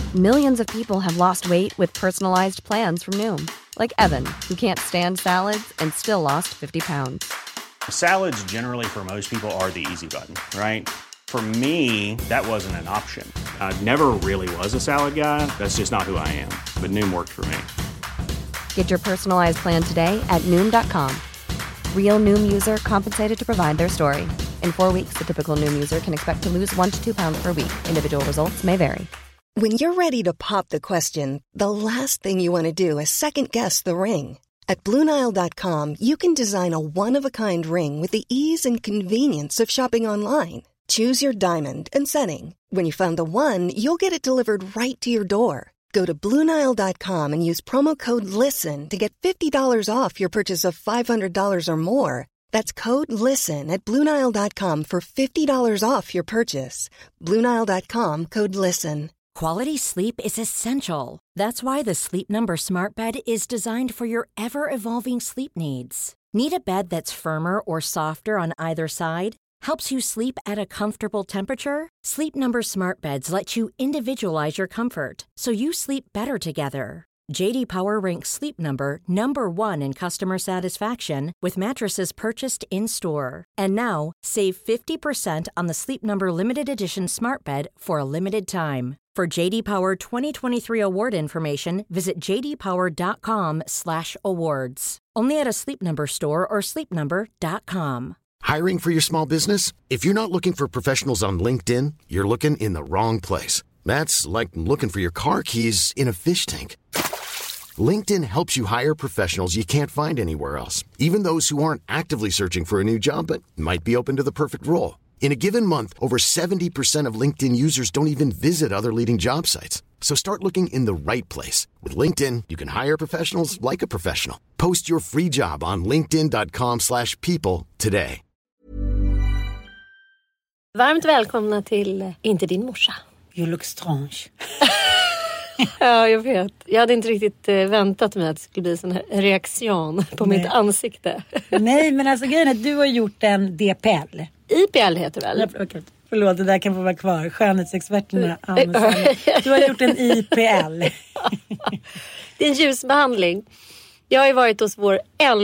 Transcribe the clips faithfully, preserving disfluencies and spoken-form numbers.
Millions of people have lost weight with personalized plans from Noom. Like Evan, who can't stand salads and still lost fifty pounds. Salads generally for most people are the easy button, right? For me, that wasn't an option. I never really was a salad guy. That's just not who I am. But Noom worked for me. Get your personalized plan today at Noom dot com. Real Noom user compensated to provide their story. In four weeks, the typical Noom user can expect to lose one to two pounds per week. Individual results may vary. When you're ready to pop the question, the last thing you want to do is second-guess the ring. At Blue Nile dot com, you can design a one-of-a-kind ring with the ease and convenience of shopping online. Choose your diamond and setting. When you find the one, you'll get it delivered right to your door. Go to Blue Nile dot com and use promo code LISTEN to get fifty dollars off your purchase of five hundred dollars or more. That's code LISTEN at Blue Nile dot com for fifty dollars off your purchase. Blue Nile dot com, code LISTEN. Quality sleep is essential. That's why the Sleep Number Smart Bed is designed for your ever-evolving sleep needs. Need a bed that's firmer or softer on either side? Helps you sleep at a comfortable temperature? Sleep Number Smart Beds let you individualize your comfort, so you sleep better together. J D Power ranks Sleep Number number one in customer satisfaction with mattresses purchased in-store. And now, save fifty percent on the Sleep Number Limited Edition Smart Bed for a limited time. For J D Power twenty twenty-three award information, visit j d power dot com slash awards. Only at a Sleep Number store or sleep number dot com. Hiring for your small business? If you're not looking for professionals on LinkedIn, you're looking in the wrong place. That's like looking for your car keys in a fish tank. LinkedIn helps you hire professionals you can't find anywhere else, even those who aren't actively searching for a new job but might be open to the perfect role. In a given month, over seventy percent of LinkedIn users don't even visit other leading job sites. So start looking in the right place. With LinkedIn, you can hire professionals like a professional. Post your free job on linkedin dot com slash people today. Varmt välkomna till Inte din morsa. You look strange. Ja, jag vet. Jag hade inte riktigt eh, väntat mig att det skulle bli sån här reaktion på Nej. mitt ansikte. Nej, men alltså grejen är att du har gjort en D P L. I P L heter det väl? Ja, okay. Förlåt, det där kan få vara kvar. Skönhetsexperterna. Du har gjort en I P L. Det är en ljusbehandling. Jag har ju varit hos vår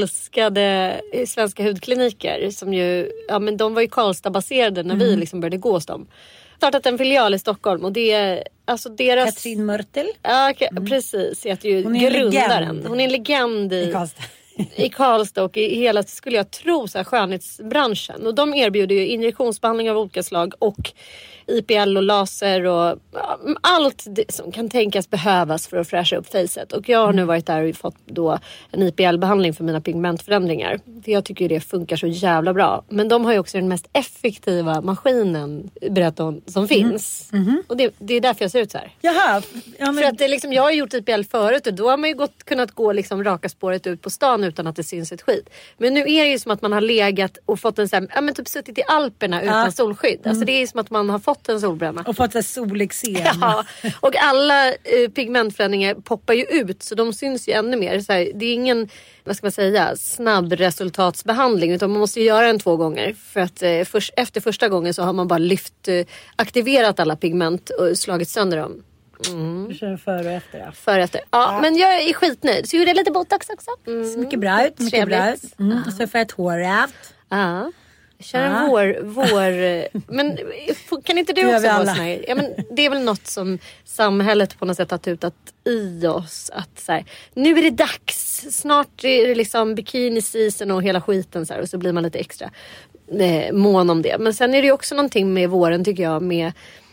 älskade svenska hudkliniker som ju, ja men de var ju Karlstad-baserade när mm. vi liksom började gå hos dem. Startat en filial i Stockholm och det är alltså deras... Katrin Mörtel. Ja, mm. precis. Heter ju Hon är grundaren. Hon är en legend i, I Karlstad. i Karlstad och i hela, skulle jag tro, så här, skönhetsbranschen. Och de erbjuder ju injektionsbehandling av olika slag och I P L och laser och ja, allt det som kan tänkas behövas för att fräscha upp facet. Och jag har nu varit där och fått då en I P L-behandling för mina pigmentförändringar. För jag tycker det funkar så jävla bra. Men de har ju också den mest effektiva maskinen, berättar hon, som finns. Mm. Mm-hmm. Och det, det är därför jag ser ut så här. Jaha. Ja, men... För att det liksom, jag har gjort I P L förut och då har man ju gått, kunnat gå liksom raka spåret ut på stan utan att det syns ett skit. Men nu är det ju som att man har legat och fått en så här, ja men typ suttit i Alperna utan ja. solskydd. Alltså mm. det är ju som att man har fått en solbränna. Och fått en solexem. Ja, och alla eh, pigmentförändringar poppar ju ut så de syns ju ännu mer. Så här, det är ingen, vad ska man säga, snabb resultatsbehandling utan man måste ju göra den två gånger. För att eh, först, efter första gången så har man bara lyft, eh, aktiverat alla pigment och slagit sönder dem. Mm. Du kör före och efter. Ja. Före och efter. Ja, ja, men jag är skitnöjd. Så gjorde jag lite botox också. Mm. Så mycket bra ut. Mycket bra ut. Mm. Och så får jag ett hår rätt. Ja. Kör en ah. vår, vår... Men kan inte du också vara sån här? Ja, men det är väl något som samhället på något sätt har tutat i oss. Att så här, nu är det dags. Snart är det liksom bikini season och hela skiten. Så här, och så blir man lite extra eh, mån om det. Men sen är det ju också någonting med våren tycker jag. Med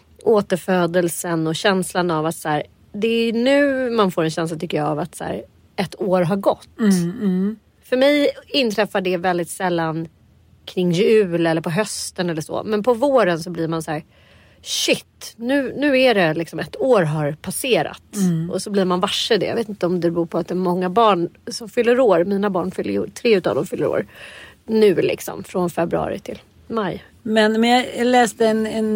återfödelsen och känslan av att så här, det är nu man får en känsla tycker jag av att så här, ett år har gått. Mm, mm. För mig inträffar det väldigt sällan kring jul eller på hösten eller så. Men på våren så blir man så här, shit, nu, nu är det liksom ett år har passerat. Mm. Och så blir man varse det. Jag vet inte om det beror på att det är många barn som fyller år. Mina barn fyller år, tre utav dem fyller år. Nu liksom, från februari till maj. Men, men jag läste en, en,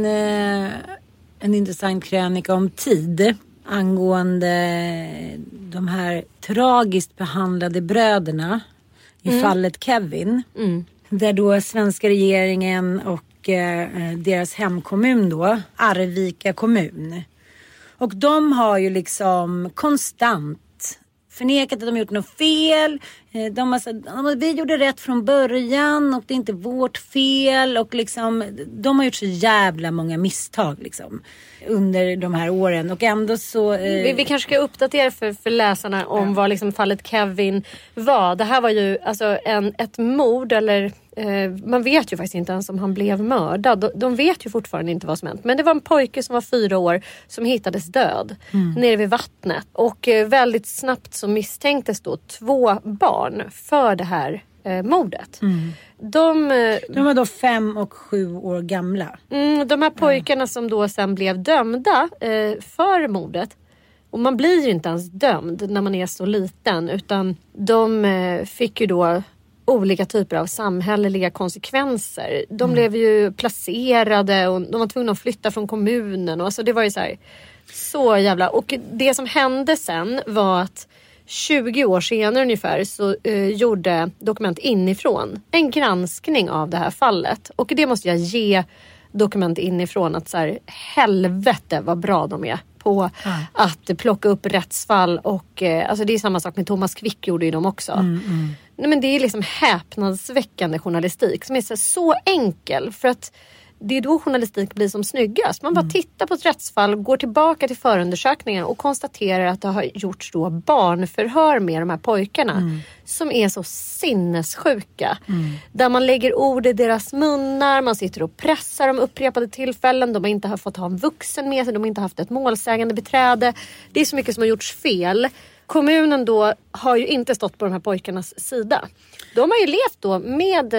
en intressant krönika om tid. Angående de här tragiskt behandlade bröderna. I mm. fallet Kevin. Mm. Där då svenska regeringen och eh, deras hemkommun då, Arvika kommun, Och de har ju liksom konstant förnekat att de gjort något fel. De har sagt, vi gjorde rätt från början och det är inte vårt fel. Och liksom, de har gjort så jävla många misstag liksom, under de här åren. Och ändå så... Eh... Vi, vi kanske ska uppdatera för, för läsarna om ja. vad liksom fallet Kevin var. Det här var ju alltså en, ett mord eller... Eh, man vet ju faktiskt inte ens om han blev mördad. De, de vet ju fortfarande inte vad som hänt. Men det var en pojke som var fyra år som hittades död mm. nere vid vattnet. Och eh, väldigt snabbt så misstänktes då två barn för det här eh, mordet. Mm. De, eh, de var då fem och sju år gamla. Mm, de här pojkarna mm. som då sen blev dömda eh, för mordet. Och man blir ju inte ens dömd när man är så liten. Utan de eh, fick ju då olika typer av samhälleliga konsekvenser. De mm. blev ju placerade och de var tvungna att flytta från kommunen. Och alltså det var ju så här, så jävla... Och det som hände sen var att tjugo år senare ungefär så eh, gjorde Dokument inifrån en granskning av det här fallet. Och det måste jag ge Dokument inifrån att så här, helvete vad bra de är på mm. att plocka upp rättsfall. Och eh, alltså det är samma sak med Thomas Quick gjorde ju de också. Mm, mm. Nej, men det är liksom häpnadsväckande journalistik som är så, så enkel för att det är då journalistik blir som snyggast. Man bara mm. tittar på ett rättsfall, går tillbaka till förundersökningen och konstaterar att det har gjorts då barnförhör med de här pojkarna mm. som är så sinnessjuka. Mm. Där man lägger ord i deras munnar, man sitter och pressar dem upprepade tillfällen. De har inte fått ha en vuxen med sig, de har inte haft ett målsägande beträde. Det är så mycket som har gjorts fel. Kommunen då har ju inte stått på de här pojkarnas sida. De har ju levt då med,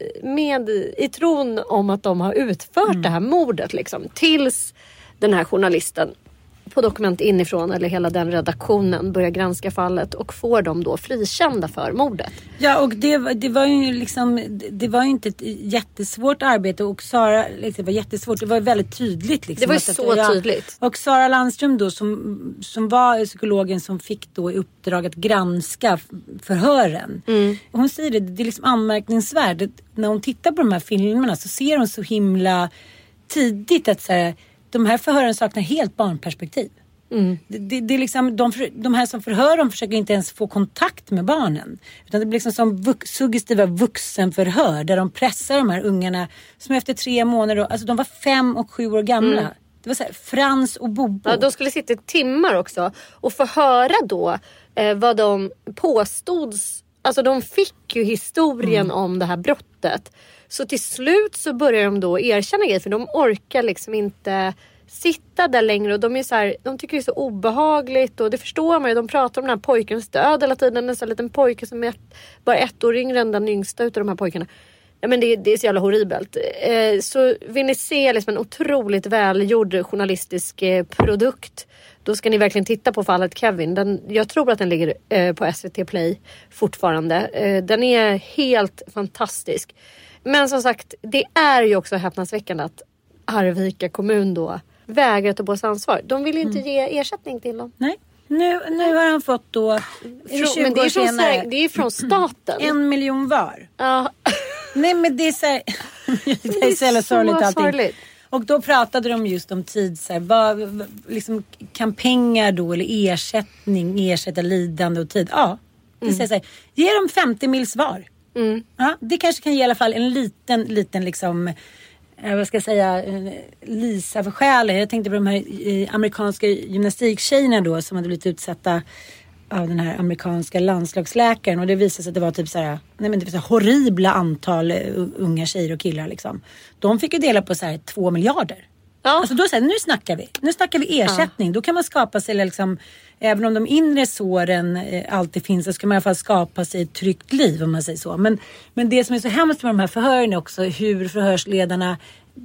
med i tron om att de har utfört mm. det här mordet liksom. Tills den här journalisten på Dokument inifrån eller hela den redaktionen börjar granska fallet och får dem då frikända för mordet. Ja, och det, det var ju liksom det var ju inte ett jättesvårt arbete och Sara liksom, det var jättesvårt, det var väldigt tydligt liksom, det var ju så att, ja, tydligt. Och Sara Landström då som, som var psykologen som fick då i uppdrag att granska förhören. Mm. Hon säger det, det är liksom anmärkningsvärt att när hon tittar på de här filmerna så ser hon så himla tidigt att så här, de här förhören saknar helt barnperspektiv. Mm. Det, det, det är liksom, de, de här som förhör dem försöker inte ens få kontakt med barnen. Utan det blir liksom som vux, suggestiva vuxenförhör där de pressar de här ungarna som efter tre månader, då, alltså de var fem och sju år gamla. Mm. Det var så här, Frans och Bobo. Ja, de skulle sitta i timmar också och få höra då eh, vad de påstods. Alltså de fick ju historien mm. om det här brottet. Så till slut så börjar de då erkänna grejer för de orkar liksom inte sitta där längre och de är så här, de tycker det är så obehagligt och det förstår man ju, de pratar om den här pojkens död hela tiden, en sån liten pojke som är bara ett år yngre än den yngsta utav de här pojkarna. Ja, men det, det är så jävla horribelt. Eh, så vill ni se liksom en otroligt välgjord journalistisk eh, produkt, då ska ni verkligen titta på fallet Kevin. Den, jag tror att den ligger eh, på S V T Play fortfarande. Eh, den är helt fantastisk. Men som sagt, det är ju också häpnadsväckande att Arvika kommun då vägrar ta på sig ansvar. De vill ju inte mm. ge ersättning till dem. Nej, nu, nu har han fått då från, men det är, från, det är från staten. En miljon var. Ja. Nej, men det är så här, det är så jävla sorgligt allting. Och då pratade de just om tid så här, vad, liksom, kan pengar då eller ersättning ersätta lidande och tid? Ja, det mm. säger så här, ge dem femtio mils var. Mm. Ja, det kanske kan ge i alla fall en liten, liten liksom, eh, vad ska jag säga, Lisa för själen. Jag tänkte på de här eh, amerikanska gymnastiktjejerna då som hade blivit utsatta av den här amerikanska landslagsläkaren. Och det visade sig att det var typ så här, nej men det var så här horribla antal uh, unga tjejer och killar liksom. De fick ju dela på så här två miljarder. Ja. Alltså då säger nu snackar vi. Nu snackar vi ersättning. Ja. Då kan man skapa sig liksom, även om de inre såren eh, alltid finns, så ska man i alla fall skapa sig ett tryggt liv om man säger så. Men, men det som är så hemskt med de här förhören är också hur förhörsledarna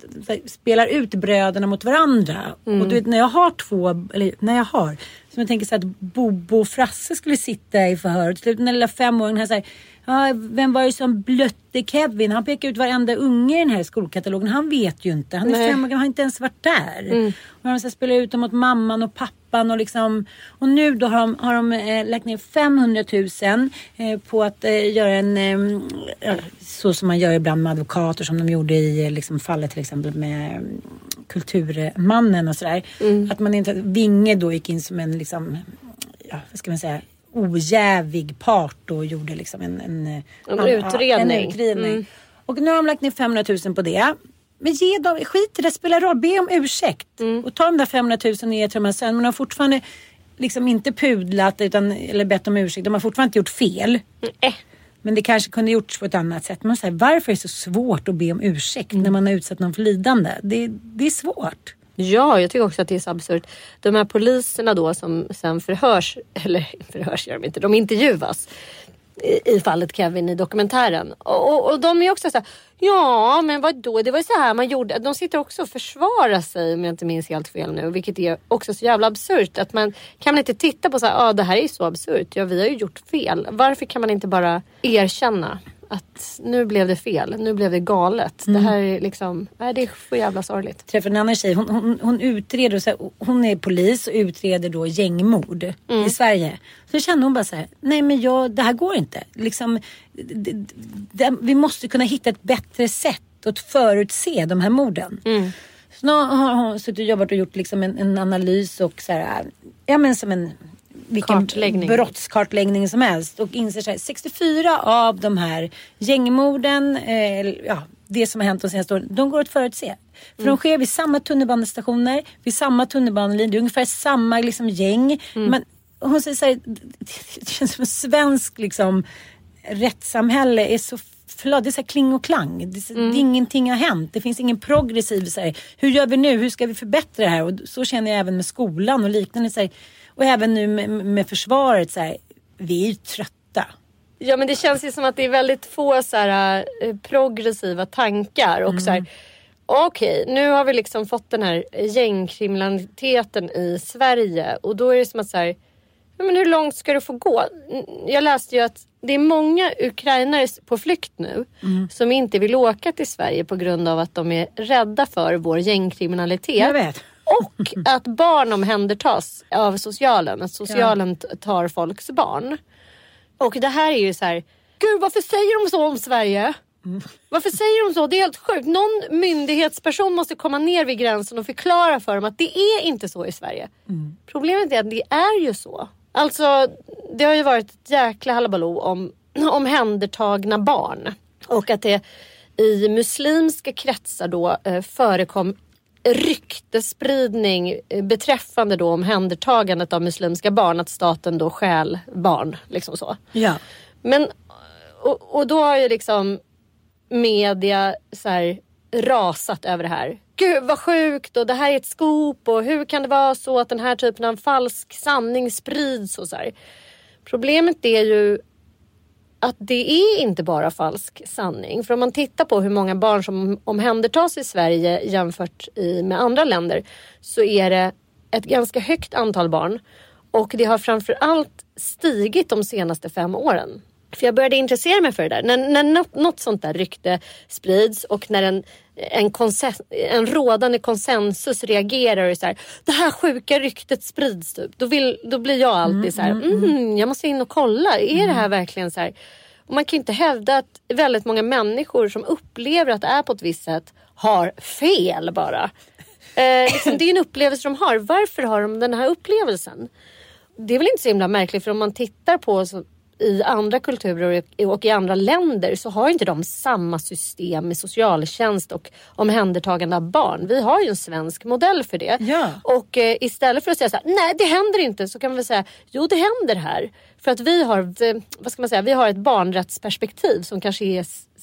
spelar ut bröderna mot varandra. Mm. Och du vet, när jag har två, eller när jag har, som jag tänker så att Bobo och Frasse skulle sitta i förhör. Till slut den lilla femåringen här säger, ja, vem var det som blötte Kevin? Han pekar ut varenda unge i den här skolkatalogen. Han vet ju inte. Han är femåring, han har inte ens varit där. Mm. Och de spelar ut dem mot mamman och pappan. trappan och liksom, och nu då har de, har de eh, lagt ner femhundratusen eh, på att eh, göra en eh, så som man gör ibland med advokater, som de gjorde i eh, liksom fallet till exempel med eh, Kulturmannen och sådär. Mm. Att man inte, Vinge då gick in som en liksom, ja, vad ska man säga, ojävig part och gjorde liksom en, en, en, en utredning. En utredning. Mm. Och nu har de lagt ner femhundratusen på det. Men ge dem, skit i det, spelar roll, be om ursäkt. Mm. Och ta de där femhundratusen och ge till de här sen. Men de har fortfarande liksom inte pudlat utan, eller bett om ursäkt. De har fortfarande inte gjort fel. Mm. Äh. Men det kanske kunde gjorts på ett annat sätt. Man säger, varför är det så svårt att be om ursäkt mm. när man har utsatt någon för lidande? Det, det är svårt. Ja, jag tycker också att det är så absurt. De här poliserna då som sen förhörs, eller förhörs gör de inte, de intervjuas i, i fallet Kevin i dokumentären. Och, och, och de är också så här, ja men vadå, det var ju så här man gjorde. De sitter också och försvarar sig, om jag inte minns helt fel nu, vilket är också så jävla absurt. Att man kan man inte titta på så här, ja ah, det här är så absurt, ja vi har ju gjort fel. Varför kan man inte bara erkänna att nu blev det fel, nu blev det galet. Mm. Det här är liksom, nej, det är så jävla sorgligt. Jag träffade en annan tjej, hon, hon, hon utreder, så här, hon är polis och utreder då gängmord mm. i Sverige. Så kände hon bara så här, nej men jag, det här går inte. Liksom, det, det, vi måste kunna hitta ett bättre sätt att förutse de här morden. Mm. Så nu har hon suttit och jobbat och gjort liksom en, en analys och så här, ja men som en vilken brottskartläggning som helst och inser så här, sextiofyra av de här gängmorden, eh, ja, det som har hänt de senaste åren, de går att förutse. För mm. de sker vid samma tunnelbanestationer, vid samma tunnelbanelinje, det är ungefär samma liksom gäng. Mm. Men hon säger så här, det känns som en svensk liksom rättssamhälle är så förlåt, det är så här kling och klang. Det, mm. det, ingenting har hänt. Det finns ingen progressiv så här, hur gör vi nu? Hur ska vi förbättra det här? Och så känner jag även med skolan och liknande så här, och även nu med, med försvaret så här, vi är ju trötta. Ja, men det känns ju som att det är väldigt få så här progressiva tankar och mm. så här, okej, okay, nu har vi liksom fått den här gängkriminaliteten i Sverige och då är det som att så här, ja, men hur långt ska det få gå? Jag läste ju att det är många ukrainare på flykt nu mm. som inte vill åka till Sverige på grund av att de är rädda för vår gängkriminalitet. Jag vet. Och att barn omhändertas av socialen. Att socialen ja. tar folks barn. Och det här är ju så här, gud varför säger de så om Sverige? Mm. Varför säger de så? Det är helt sjukt. Någon myndighetsperson måste komma ner vid gränsen och förklara för dem att det är inte så i Sverige. Mm. Problemet är att det är ju så. Alltså, det har ju varit ett jäkla halabaloo om omhändertagna barn. Och att det i muslimska kretsar då eh, förekom ryktespridning beträffande då omhändertagandet av muslimska barn. Att staten då stjäl barn, liksom så. Ja. Men, och, och då har ju liksom media så här rasat över det här. Gud vad sjukt och det här är ett skop och hur kan det vara så att den här typen av falsk sanning sprids och så här. Problemet är ju att det är inte bara falsk sanning. För om man tittar på hur många barn som omhändertas i Sverige jämfört i, med andra länder så är det ett ganska högt antal barn. Och det har framförallt stigit de senaste fem åren. För jag började intressera mig för det där. När, när något, något sånt där rykte sprids och när en, en, konsens, en rådande konsensus reagerar och så här, det här sjuka ryktet sprids typ. Då, vill, då blir jag alltid mm, så här, mm, mm, jag måste in och kolla. Är mm. det här verkligen så här? Och man kan ju inte hävda att väldigt många människor som upplever att det är på ett visst sätt har fel bara. Eh, liksom, det är en upplevelse de har. Varför har de den här upplevelsen? Det är väl inte så himla märkligt för om man tittar på så, i andra kulturer och i andra länder så har inte de samma system med socialtjänst och omhändertagande av barn. Vi har ju en svensk modell för det. Ja. Och eh, istället för att säga så här, nej det händer inte, så kan vi säga, jo det händer här. För att vi har, vad ska man säga, vi har ett barnrättsperspektiv som kanske är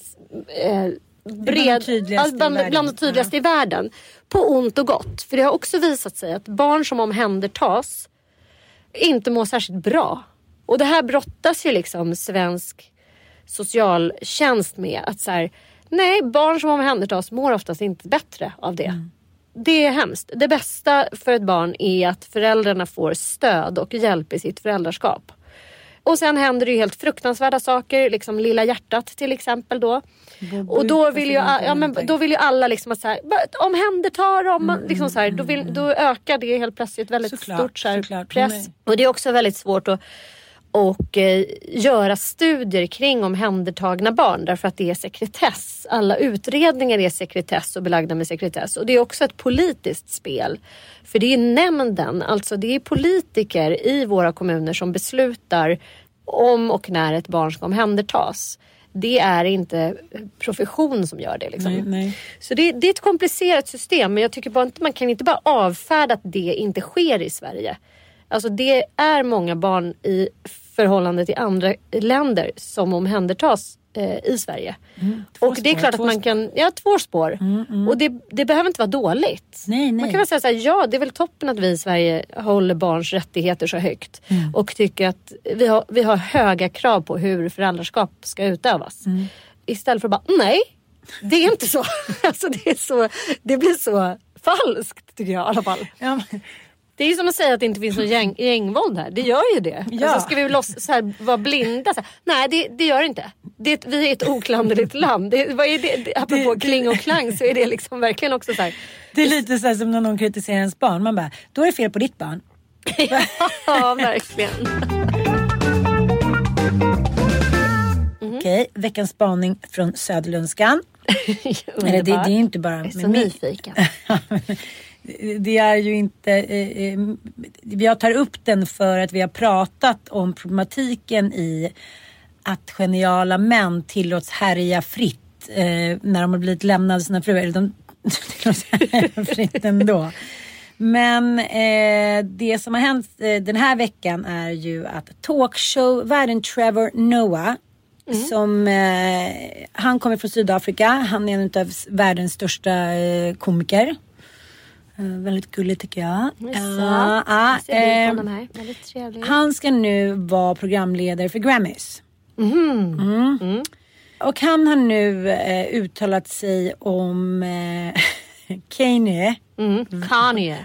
eh, bred, bland, bland, bland de tydligaste ja. i världen. På ont och gott. För det har också visat sig att barn som omhändertas inte mår särskilt bra. Och det här brottas ju liksom svensk socialtjänst med. Att så här, nej, barn som omhändertas mår oftast inte bättre av det. Mm. Det är hemskt. Det bästa för ett barn är att föräldrarna får stöd och hjälp i sitt föräldraskap. Och sen händer det ju helt fruktansvärda saker. Liksom Lilla hjärtat till exempel då. Och då vill ju, ja, men, då vill ju alla liksom att så här, omhänderta dem. Mm, liksom så här, då, vill, då ökar det helt plötsligt väldigt såklart, stort så här, press. Och det är också väldigt svårt att och eh, göra studier kring omhändertagna barn därför att det är sekretess. Alla utredningar är sekretess och belagda med sekretess. Och det är också ett politiskt spel. För det är nämnden, alltså det är politiker i våra kommuner som beslutar om och när ett barn ska omhändertas. Det är inte profession som gör det. Liksom. Nej, nej. Så det, det är ett komplicerat system. Men jag tycker bara inte, man kan inte bara avfärda att det inte sker i Sverige. Alltså det är många barn i förhållande till andra länder som omhändertas eh, i Sverige. Mm, och det är spår, klart att man spår. kan, ja två spår. Mm, mm. Och det, det behöver inte vara dåligt. Nej, nej. Man kan väl säga så här, ja det är väl toppen att vi i Sverige håller barns rättigheter så högt. Mm. Och tycker att vi har, vi har höga krav på hur föräldraskap ska utövas. Mm. Istället för att bara, nej, det är inte så. Alltså det är så, det blir så falskt tycker jag i alla fall. Ja, men... Det är ju som att säga att det inte finns någon gäng, gängvåld här. Det gör ju det. Ja. Alltså, ska vi loss, så här, vara blinda? Så här. Nej, det, det gör det inte. Det, vi är ett oklanderligt land. Det, vad är det? Apropå det, kling och klang så är det liksom verkligen också så här. Det är lite så här som när någon kritiserar ens barn. Man bara, då är det fel på ditt barn. Ja, verkligen. Mm. Okej, veckans spaning från Söderlundskan. Eller det, det är inte bara... Jag är så nyfiken. Det är ju inte... Eh, jag tar upp den för att vi har pratat om problematiken i att geniala män tillåts härja fritt eh, när de har blivit lämnade sina fruar. Eller de tillåts härja fritt ändå. Men eh, det som har hänt eh, den här veckan är ju att talkshow-värden Trevor Noah Mm. som eh, han kommer från Sydafrika. Han är en av världens största eh, komiker. Eh, väldigt gullig tycker jag. Ja, uh, uh, eh, väldigt trevlig. Han ska nu vara programledare för Grammys. Mm. Mm. Mm. Och han har nu eh, uttalat sig om eh, Kanye. Mm. Kanye.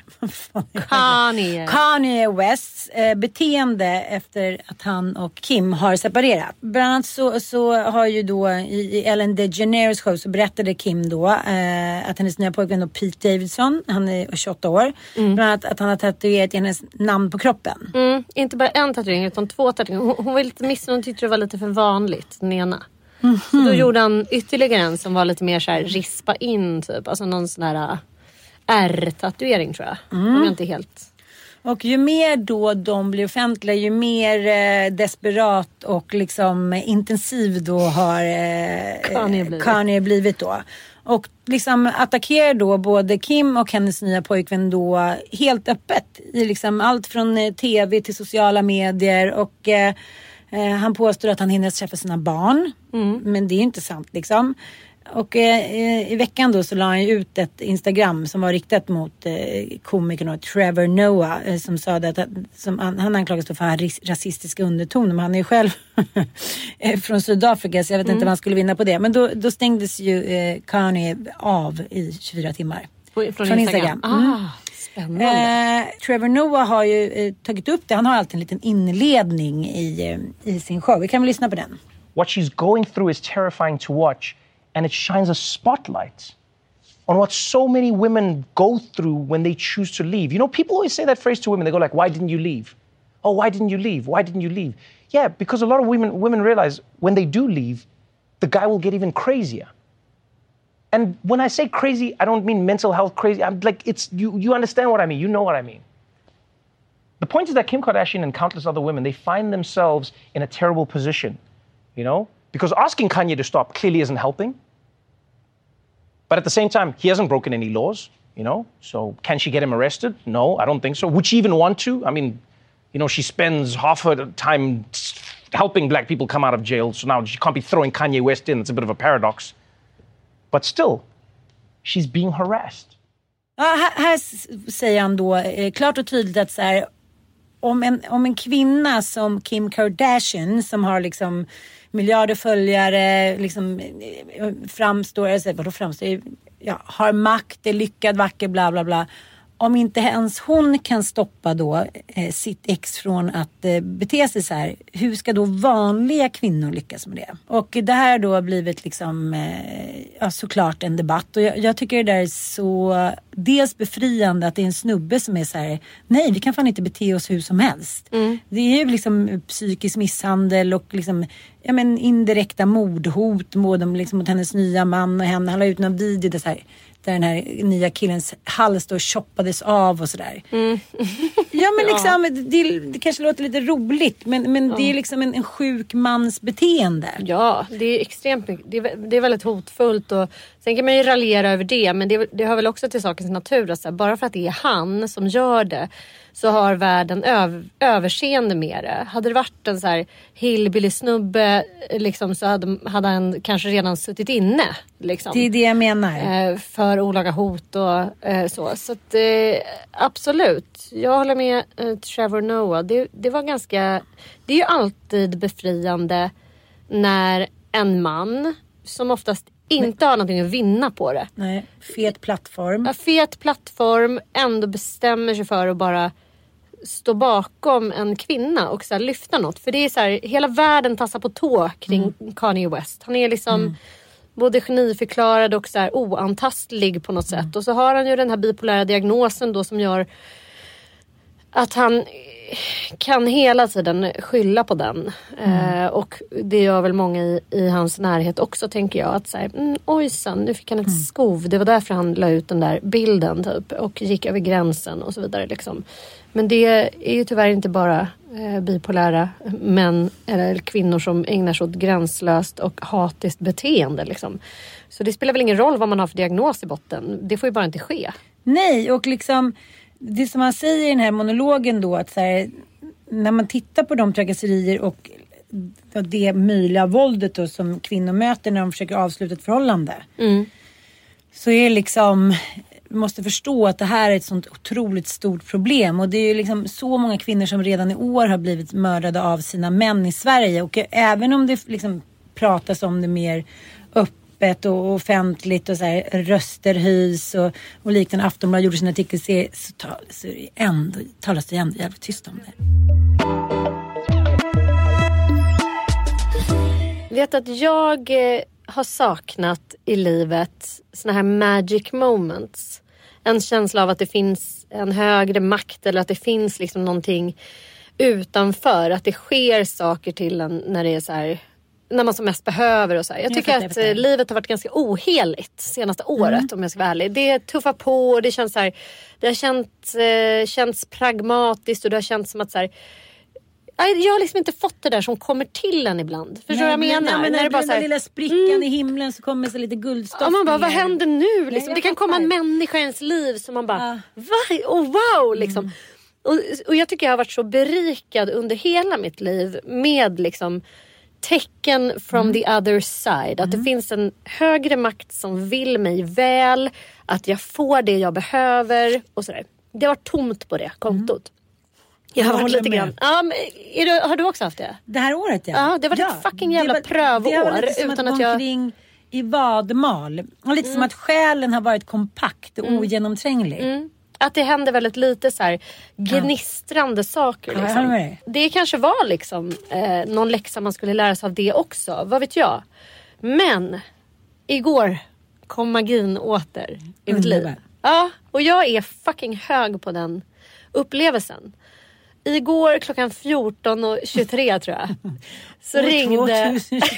Kanye. Kanye Wests eh, beteende efter att han och Kim har separerat. Bland annat så, så har ju då i, i Ellen DeGeneres show så berättade Kim då eh, att hennes nya pojkvän då Pete Davidson, han är tjugoåtta år, mm. bland annat att han har tatuerat hennes namn på kroppen. Mm. Inte bara en tatuering utan två tatueringar. Hon, hon var lite missnöjd, hon tyckte det var lite för vanligt, den ena. Mm-hmm. Så då gjorde han ytterligare en som var lite mer så här rispa in typ, alltså någon sån här R-tatuering tror jag. Mm. Om jag inte helt... Och ju mer då de blir offentliga, ju mer eh, desperat och liksom intensiv då har eh, Kanye blivit. Kanye blivit då. Och liksom attackerar då både Kim och hennes nya pojkvän då helt öppet. I liksom allt från eh, tv till sociala medier och eh, eh, han påstår att han hinner träffa sina barn. Mm. Men det är inte sant liksom. Och eh, i veckan då så la han ut ett Instagram som var riktat mot eh, komikern Trevor Noah eh, som sa att som, han, han anklagas för att ha rasistiska undertoner, men han är ju själv från Sydafrika så jag vet mm. inte vad han skulle vinna på det. Men då, då stängdes ju eh, Kanye av i tjugofyra timmar. Från, från Instagram. Instagram. Mm. Ah, spännande. Eh, Trevor Noah har ju eh, tagit upp det. Han har alltid en liten inledning i, eh, i sin show. Vi kan väl lyssna på den. What she's going through is terrifying to watch. And it shines a spotlight on what so many women go through when they choose to leave. You know, people always say that phrase to women. They go like, why didn't you leave? Oh, why didn't you leave? Why didn't you leave? Yeah, because a lot of women women realize when they do leave, the guy will get even crazier. And when I say crazy, I don't mean mental health crazy. I'm like, it's you, you understand what I mean. You know what I mean. The point is that Kim Kardashian and countless other women, they find themselves in a terrible position, you know? Because asking Kanye to stop clearly isn't helping. But at the same time, he hasn't broken any laws, you know? So can she get him arrested? No, I don't think so. Would she even want to? I mean, you know, she spends half her time helping black people come out of jail. So now she can't be throwing Kanye West in. It's a bit of a paradox. But still, she's being harassed. Ja, här, här säger han då eh, klart och tydligt att så här, om, en, om en kvinna som Kim Kardashian som har liksom miljarder följare liksom framstår, alltså, vadå framstår, ja, har makt, är lyckad, vacker, bla bla bla. om inte ens hon kan stoppa då eh, sitt ex från att eh, bete sig så här, hur ska då vanliga kvinnor lyckas med det? Och det här då har blivit liksom eh, ja, såklart en debatt. Och jag, jag tycker det där är så dels befriande att det är en snubbe som är så här, nej vi kan fan inte bete oss hur som helst. Mm. Det är ju liksom psykisk misshandel och liksom ja, men indirekta mordhot mot, liksom, mot hennes nya man och henne. Han la ut någon video där så här, där den här nya killens hals då choppades av och sådär. Mm. Ja men liksom, ja. Det, det kanske låter lite roligt men, men ja. Det är liksom en, en sjuk mans beteende. Ja, det är extremt mycket. Det är, det är väldigt hotfullt och sen kan man ju raljera över det men det, det hör väl också till sakens natur. Alltså, bara för att det är han som gör det så har världen öv, överseende med det. Hade det varit en så här hillbilly-snubbe liksom, så hade, hade han kanske redan suttit inne. Liksom, det är det jag menar. För olaga hot och eh, så. Så att, eh, absolut. Jag håller med eh, Trevor Noah. Det, det var ganska... Det är ju alltid befriande när en man som oftast inte har någonting att vinna på det. Nej, fet plattform. Ja, fet plattform ändå bestämmer sig för att bara stå bakom en kvinna och så här, lyfta något. För det är så här, hela världen tassar på tå kring mm. Kanye West. Han är liksom mm. både geniförklarad och så här, oantastlig på något mm. sätt. Och så har han ju den här bipolära diagnosen då som gör att han kan hela tiden skylla på den. Mm. Eh, och det gör väl många i, i hans närhet också, tänker jag. Att säga, mm, ojsan, nu fick han ett mm. skov. Det var därför han la ut den där bilden typ. Och gick över gränsen och så vidare liksom. Men det är ju tyvärr inte bara eh, bipolära män eller kvinnor som ägnar sig åt gränslöst och hatiskt beteende liksom. Så det spelar väl ingen roll vad man har för diagnos i botten. Det får ju bara inte ske. Nej, och liksom det som han säger i den här monologen då, att så här, när man tittar på de trakasserier och det möjliga våldet då, som kvinnor möter när de försöker avsluta ett förhållande. Mm. Så är det liksom, vi måste förstå att det här är ett sånt otroligt stort problem. Och det är ju liksom så många kvinnor som redan i år har blivit mördade av sina män i Sverige. Och även om det liksom pratas om det mer öppet och offentligt och så här, röster höjs och, och liknande, Aftonbladet gjorde sin artikelserie, så, tal, så är det ändå, talas det ändå jävligt tyst om det. Vet att jag eh, har saknat i livet såna här magic moments. En känsla av att det finns en högre makt eller att det finns liksom någonting utanför. Att det sker saker till en när det är så här, när man som mest behöver och så här. Jag tycker jag att jag livet har varit ganska oheligt senaste året mm. om jag ska vara ärlig. Det tuffar på och det känns så här, det har känts, eh, känts pragmatiskt och det har känts som att så här, jag har liksom inte fått det där som kommer till en ibland. Förstår du vad jag menar? Nej, men när, när det bara den så här, lilla sprickan mm. i himlen så kommer så lite guldstoff. Ja, man bara, vad händer nu? Liksom? Nej, det kan komma en människa i ens liv som man bara, uh. va? Oh, wow! Liksom. Mm. Och, och jag tycker jag har varit så berikad under hela mitt liv med liksom tecken from mm. the other side. Att mm. det finns en högre makt som vill mig väl. Att jag får det jag behöver. Och sådär. Det har varit tomt på det kontot. Mm. Jag har jag varit lite med. grann. Ja, men är du, har du också haft det? Det här året, ja. Ja, det var ja. ett fucking jävla det var, prövår. Det var lite som utan att, att jag omkring i vadmal. Och lite mm. som att själen har varit kompakt och mm. ogenomtränglig. Mm. Att det händer väldigt lite så här gnistrande ja. saker. Liksom. Ja, det. det kanske var liksom eh, någon läxa man skulle lära sig av det också. Vad vet jag? Men igår kom magin åter i mitt liv. Ja, och jag är fucking hög på den upplevelsen. Igår klockan fjorton och tjugotre tror jag. Så oh, ringde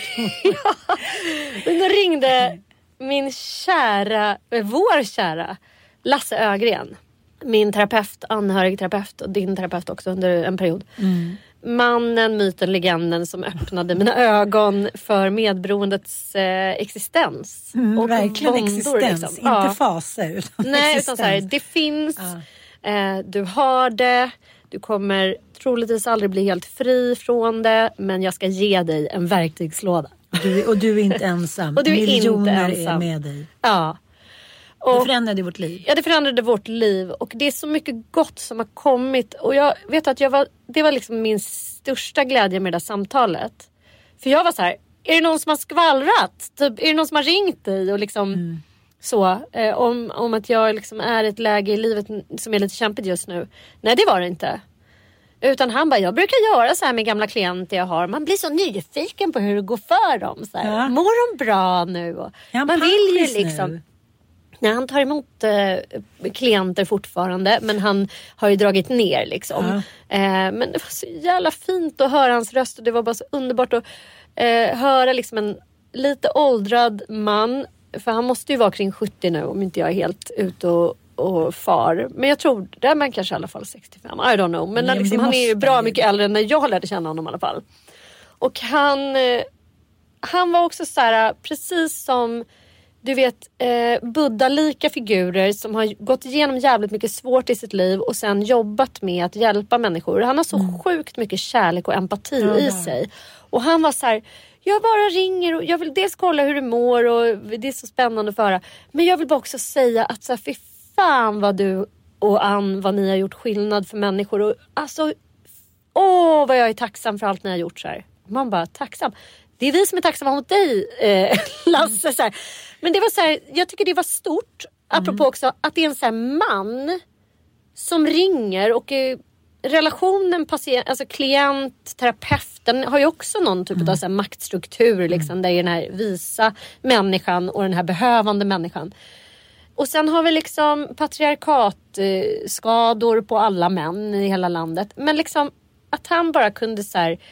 ja, då ringde min kära, vår kära Lasse Ögren. Min terapeut, anhörig terapeut och din terapeut också under en period. Mm. Mannen, myten, legenden som öppnade mina ögon för medberoendets eh, existens. Mm, och verkligen våndor, existens, liksom. Inte ja. faser. Utan Nej, utan så här, det finns, ja. eh, du har det, du kommer troligtvis aldrig bli helt fri från det, men jag ska ge dig en verktygslåda. Du, och du är inte ensam. Och du är Miljoner inte ensam. är med dig. Ja. Och, det förändrade vårt liv. Ja, det förändrade vårt liv. Och det är så mycket gott som har kommit. Och jag vet att jag var, det var liksom min största glädje med det där samtalet. För jag var så här, är det någon som har skvallrat? Typ, är det någon som har ringt dig och liksom mm. så eh, om, om att jag liksom är i ett läge i livet som är lite kämpigt just nu. Nej, det var det inte. Utan han bara, jag brukar göra så här med gamla klienter jag har. Man blir så nyfiken på hur det går för dem. Så här. Ja. Mår de bra nu? Och ja, man vill ju liksom... Nu. Nej, han tar emot eh, klienter fortfarande. Men han har ju dragit ner liksom. Ja. Eh, men det var så jävla fint att höra hans röst. Och det var bara så underbart att eh, höra liksom en lite åldrad man. För han måste ju vara kring sjuttio nu om inte jag är helt ute och, och far. Men jag tror, det är man kanske i alla fall sextiofem. I don't know. Men, men liksom, han är ju bra mycket äldre än när jag lärde känna honom i alla fall. Och han, eh, han var också så här, precis som... Du vet, eh, buddha-lika figurer som har gått igenom jävligt mycket svårt i sitt liv och sen jobbat med att hjälpa människor. Han har så mm. sjukt mycket kärlek och empati mm. i sig. Och han var så här, jag bara ringer och jag vill dels kolla hur du mår och det är så spännande att föra. Men jag vill bara också säga att så här, fy fan vad du och Ann, vad ni har gjort skillnad för människor. Och alltså, åh vad jag är tacksam för allt ni har gjort så här. Man bara, tacksam. Det är vi som är tacksamma mot dig, eh, Lasse. Så här. Men det var så här, jag tycker det var stort. Mm. Apropå också att det är en så här man som ringer. Och eh, relationen, patient, alltså klient, terapeuten har ju också någon typ mm. av så här maktstruktur. Liksom, mm. Där är den här visa människan och den här behövande människan. Och sen har vi liksom patriarkatskador på alla män i hela landet. Men liksom att han bara kunde så här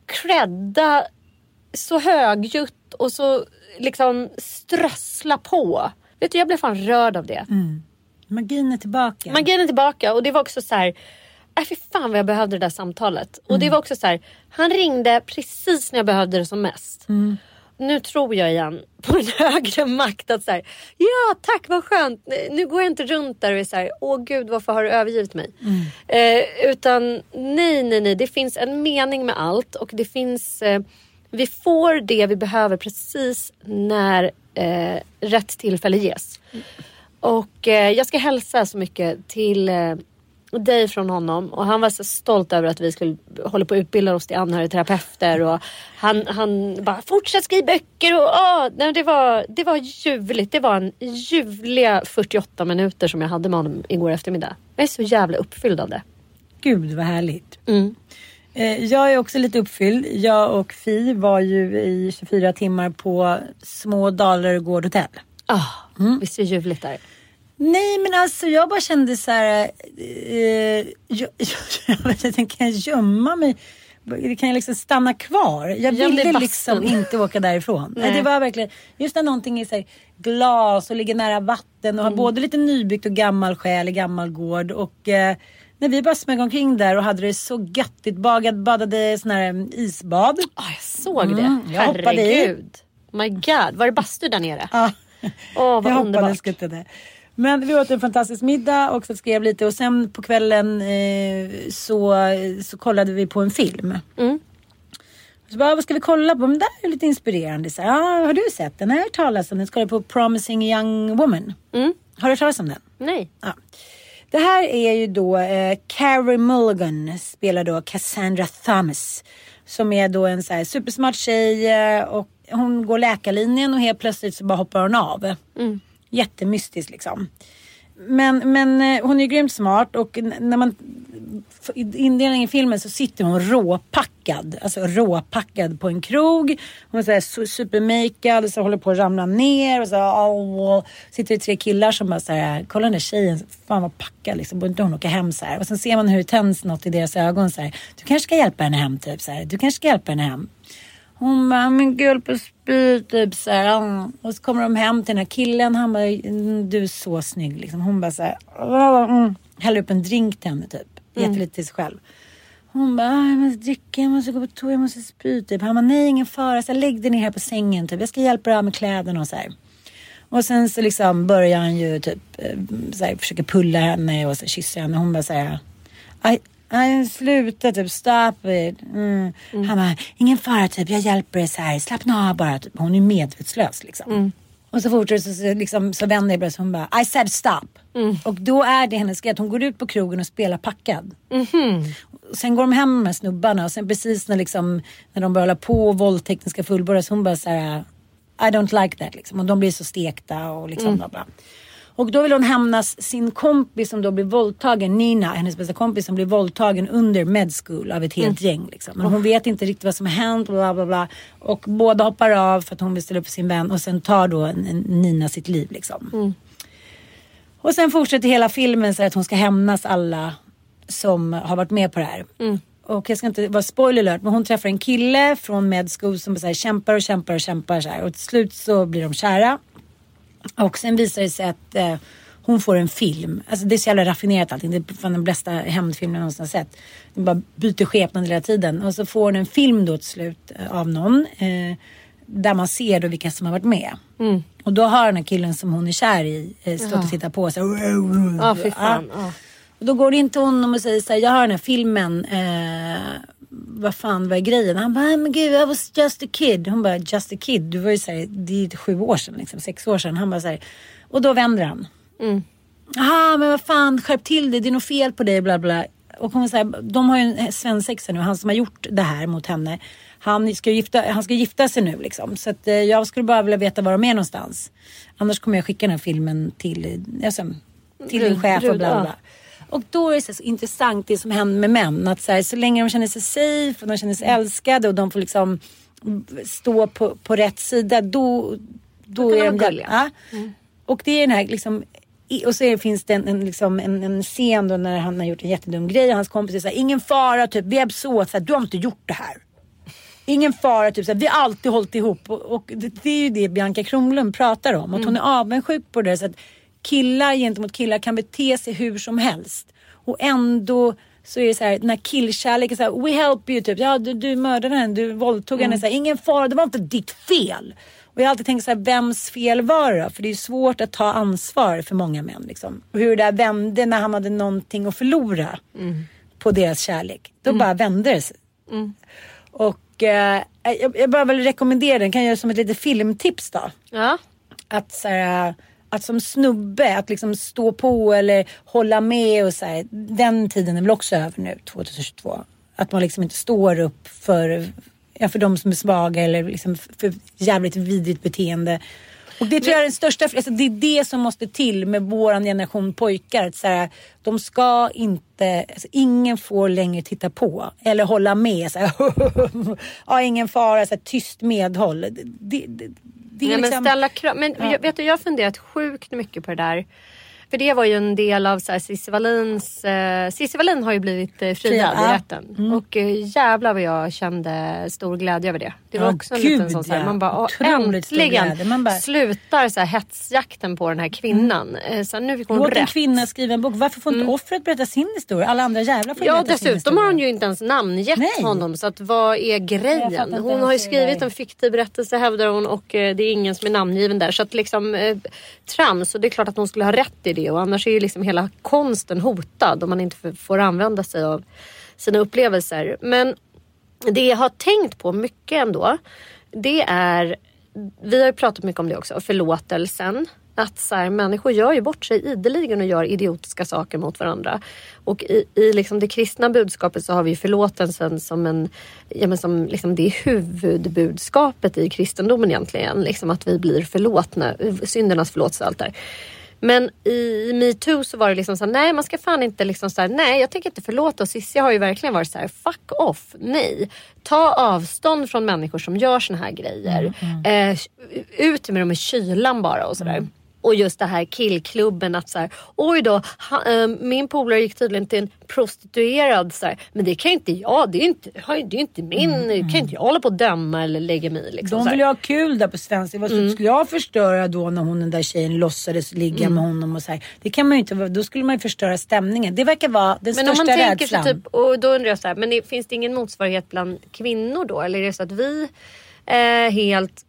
credda så högljutt och så liksom strössla på. Vet du, jag blev fan rörd av det. Mm. Magin är tillbaka. Magin är tillbaka och det var också så här, äh, fy fan vad jag behövde det där samtalet. Mm. Och det var också så här, han ringde precis när jag behövde det som mest. Mm. Nu tror jag igen på en högre makt att så här, ja tack vad skönt. Nu går jag inte runt där och är så här, åh gud varför har du övergivit mig? Mm. Eh, utan nej nej nej, det finns en mening med allt och det finns... Eh, Vi får det vi behöver precis när eh, rätt tillfälle ges. Mm. Och eh, jag ska hälsa så mycket till eh, dig från honom. Och han var så stolt över att vi skulle hålla på att utbilda oss till anhörigterapeuter. Och han, han bara, fortsätt skriva böcker. Och, åh, nej, det, var, det var ljuvligt. Det var en ljuvliga fyrtioåtta minuter som jag hade med honom igår eftermiddag. Jag är så jävla uppfylld av det. Gud vad härligt. Mm. Jag är också lite uppfylld. Jag och Fi var ju i tjugofyra timmar på Små Dalargård hotell. Ah, mm. Visst är det ljuvligt där? Nej men alltså jag bara kände så här. Eh, jag, jag, jag vet inte, kan jag gömma mig? Kan jag liksom stanna kvar? Jag ville liksom inte åka därifrån. Nej. Det var verkligen, just när någonting är så här, glas och ligger nära vatten och mm. har både lite nybyggt och gammal själ i gammal gård och... Eh, när vi bara smög omkring där och hade det så göttigt, bagad, badade sån här isbad. Oh, jag såg det. Mm, jag herregud. Oh my god, var det bastu där nere? Ja, oh, vad jag underbart. hoppades det. Men vi åt en fantastisk middag och så skrev lite. Och sen på kvällen eh, så, så kollade vi på en film. Mm. Så bara, vad ska vi kolla på? Men det är lite inspirerande. Så, ja, har du sett den? Jag har hört talas om den. Ska på Promising Young Woman. Mm. Har du hört talas om den? Nej. Ja. Det här är ju då eh, Carey Mulligan spelar då Cassandra Thomas som är då en så här supersmart tjej eh, och hon går läkarlinjen och helt plötsligt så bara hoppar hon av. Mm. Jättemystiskt liksom. Men, men eh, hon är ju grymt smart och när man i indelningen i filmen så sitter hon råpackad. Alltså råpackad på en krog. Hon är så här supermakead och så håller på att ramla ner och så åh, sitter det tre killar som bara så här, kolla den där tjejen, fan vad packad liksom, borde inte hon åka hem så här. Och sen ser man hur det tänds något i deras ögon så här, du kanske ska hjälpa henne hem typ så här, du kanske ska hjälpa henne hem. Hon bara, men gud på spy typ så här. Och så kommer de hem till den här killen, han bara, du är så snygg liksom. Hon bara så här, mm, häller upp en drink till henne typ. Mm. Jättelite till sig själv. Hon bara, jag måste dricka, jag måste gå på toa, jag måste spy typ. Han bara, nej ingen fara, så lägg dig ner här på sängen typ. Jag ska hjälpa dig av med kläderna och så här. Och sen så liksom börjar han ju typ så här, försöker pulla henne och så kyssa henne. Hon bara så här, aj, aj sluta typ, stop it. Mm. Mm. Han bara, ingen fara typ, jag hjälper dig så här, slappna av bara typ. Hon är medvetslös liksom. Mm. Och så fortsätter så, så, liksom, så vänder jag så hon bara, I said stop. Mm. Och då är det hennes grej att hon går ut på krogen och spelar packad. Mm-hmm. Sen går de hem med snubbarna och sen precis när, liksom, när de börjar hålla på och våldtäkten ska fullbordas, hon bara så här, I don't like that liksom. Och de blir så stekta och liksom mm. bla bla. Och då vill hon hämnas sin kompis som då blir våldtagen, Nina, hennes bästa kompis som blir våldtagen under med school av ett helt mm. gäng liksom. Men hon vet inte riktigt vad som har hänt, bla bla bla. Och båda hoppar av för att hon vill ställa upp för sin vän och sen tar då en, en Nina sitt liv liksom. Mm. Och sen fortsätter hela filmen så att hon ska hämnas alla som har varit med på det här. Mm. Och jag ska inte vara spoiler alert, men hon träffar en kille från med school som så här, kämpar och kämpar och kämpar så här. Och till slut så blir de kära. Och sen visar det sig att eh, hon får en film. Alltså det är så jävla raffinerat allting. Det är fan den bästa hämndfilmen jag någonsin har sett. Den bara byter skepnad hela tiden. Och så får hon en film då till slut eh, av någon. Eh, där man ser då vilka som har varit med. Mm. Och då har den här killen som hon är kär i eh, stått Jaha. och tittat på. Så här, ja, fy fan. Ja. Och då går det inte honom och säger så här, jag har den här filmen. Eh, vad fan var grejen? Han bara, men gud, I was just a kid. Hon bara, just a kid? Du var ju så här, det är sju år sedan, liksom, sex år sedan. Han bara så här, och då vänder han. Mm. Jaha, men vad fan, skärp till det, det är nog fel på dig, bla bla. Och hon säger, de har ju en svensexa nu, han som har gjort det här mot henne. Han ska gifta, han ska gifta sig nu liksom. Så att, eh, jag skulle bara vilja veta var de är någonstans. Annars kommer jag skicka den här filmen till, alltså, till din chef och bla bla. Och då är det så intressant det som händer med män. Att så, här, så länge de känner sig safe och de känner sig älskade och de får liksom stå på, på rätt sida. Då, då, då är de gulliga. Ja. Mm. Och det är den här liksom, och så är, finns det en, en, liksom, en, en scen då när han har gjort en jättedum grej. Och hans kompis säger, ingen fara, typ, vi är så att du har inte gjort det här. Ingen fara, typ, så här, vi har alltid hållit ihop. Och, och det, det är ju det Bianca Kronlund pratar om. Att hon är avundsjuk på det, så att killar gentemot killar kan bete sig hur som helst. Och ändå så är det så här, när killkärlek är så här, we help you typ. Ja, du, du mördade henne, du våldtog mm. henne. Så här, ingen fara, det var inte ditt fel. Och jag har alltid tänkt så här, vems fel var det? För det är svårt att ta ansvar för många män liksom. Och hur det där vände när han hade någonting att förlora mm. på deras kärlek. Då mm. bara vände det sig. Mm. Och eh, jag, jag bara vill rekommendera den. Kan jag göra som ett litet filmtips då? Ja. Att så här, att som snubbe, att liksom stå på eller hålla med och så här, den tiden är väl också över nu, tjugohundratjugotvå. Att man liksom inte står upp för, ja, för de som är svaga eller liksom för jävligt vidrigt beteende. Och det tror jag är den största, alltså det är det som måste till med våran generation pojkar. Att så här, de ska inte, alltså ingen får längre titta på eller hålla med. Så här, ja, ingen fara, så här, tyst medhåll. Det, det, det, det är ja, liksom, men ställa krav. Men ja. vet du, jag har funderat sjukt mycket på det där. För det var ju en del av så här, Cissi Wallins... Eh, Cissi Wallin har ju blivit eh, friad ja. i rätten. Mm. Och eh, jävlar vad jag kände stor glädje över det. Det var ja, också en gud, liten sån så här, man bara, äntligen man bara, slutar så här, hetsjakten på den här kvinnan. Mm. Så nu fick hon Låt rätt. en kvinna skriva en bok. Varför får inte mm. offret berätta sin historia? Alla andra jävlar får ja, berätta sin historia. Ja, dessutom har hon ju inte ens namngett Nej. honom. Så att vad är grejen? Hon har ju skrivit en fiktiv berättelse, hävdar hon. Och eh, det är ingen som är namngiven där. Så att liksom eh, trams. Och det är klart att hon skulle ha rätt i det. Och annars är ju liksom hela konsten hotad om man inte får använda sig av sina upplevelser. Men det jag har tänkt på mycket ändå, det är, vi har ju pratat mycket om det också, förlåtelsen. Att så här, människor gör ju bort sig ideligen och gör idiotiska saker mot varandra. Och i, i liksom det kristna budskapet så har vi förlåtelsen som en, ja men som liksom det är huvudbudskapet i kristendomen egentligen. Liksom att vi blir förlåtna, syndernas förlåtelse och allt där. Men i MeToo så var det liksom så här, nej man ska fan inte liksom så här, nej jag tänker inte förlåta. Och Cissi har ju verkligen varit så här, fuck off, nej. Ta avstånd från människor som gör såna här grejer. Mm, mm. Eh, ut med dem i kylan bara och sådär. Mm. Och just det här killklubben att så här, oj då, ha, äh, min polare gick tydligen till en prostituerad så här, men det kan inte jag, det är inte, det är inte min, mm, mm. kan inte jag hålla på att döma eller lägga mig liksom. De vill ju ha kul där på svensk. Vad mm. skulle jag förstöra då när hon den där tjejen låtsades ligga mm. med honom och så här. Det kan man ju inte, då skulle man ju förstöra stämningen. Det verkar vara den men största rädslan. Men om man tänker så typ, och då undrar jag så här, men det, finns det ingen motsvarighet bland kvinnor då? Eller är det så att vi eh, helt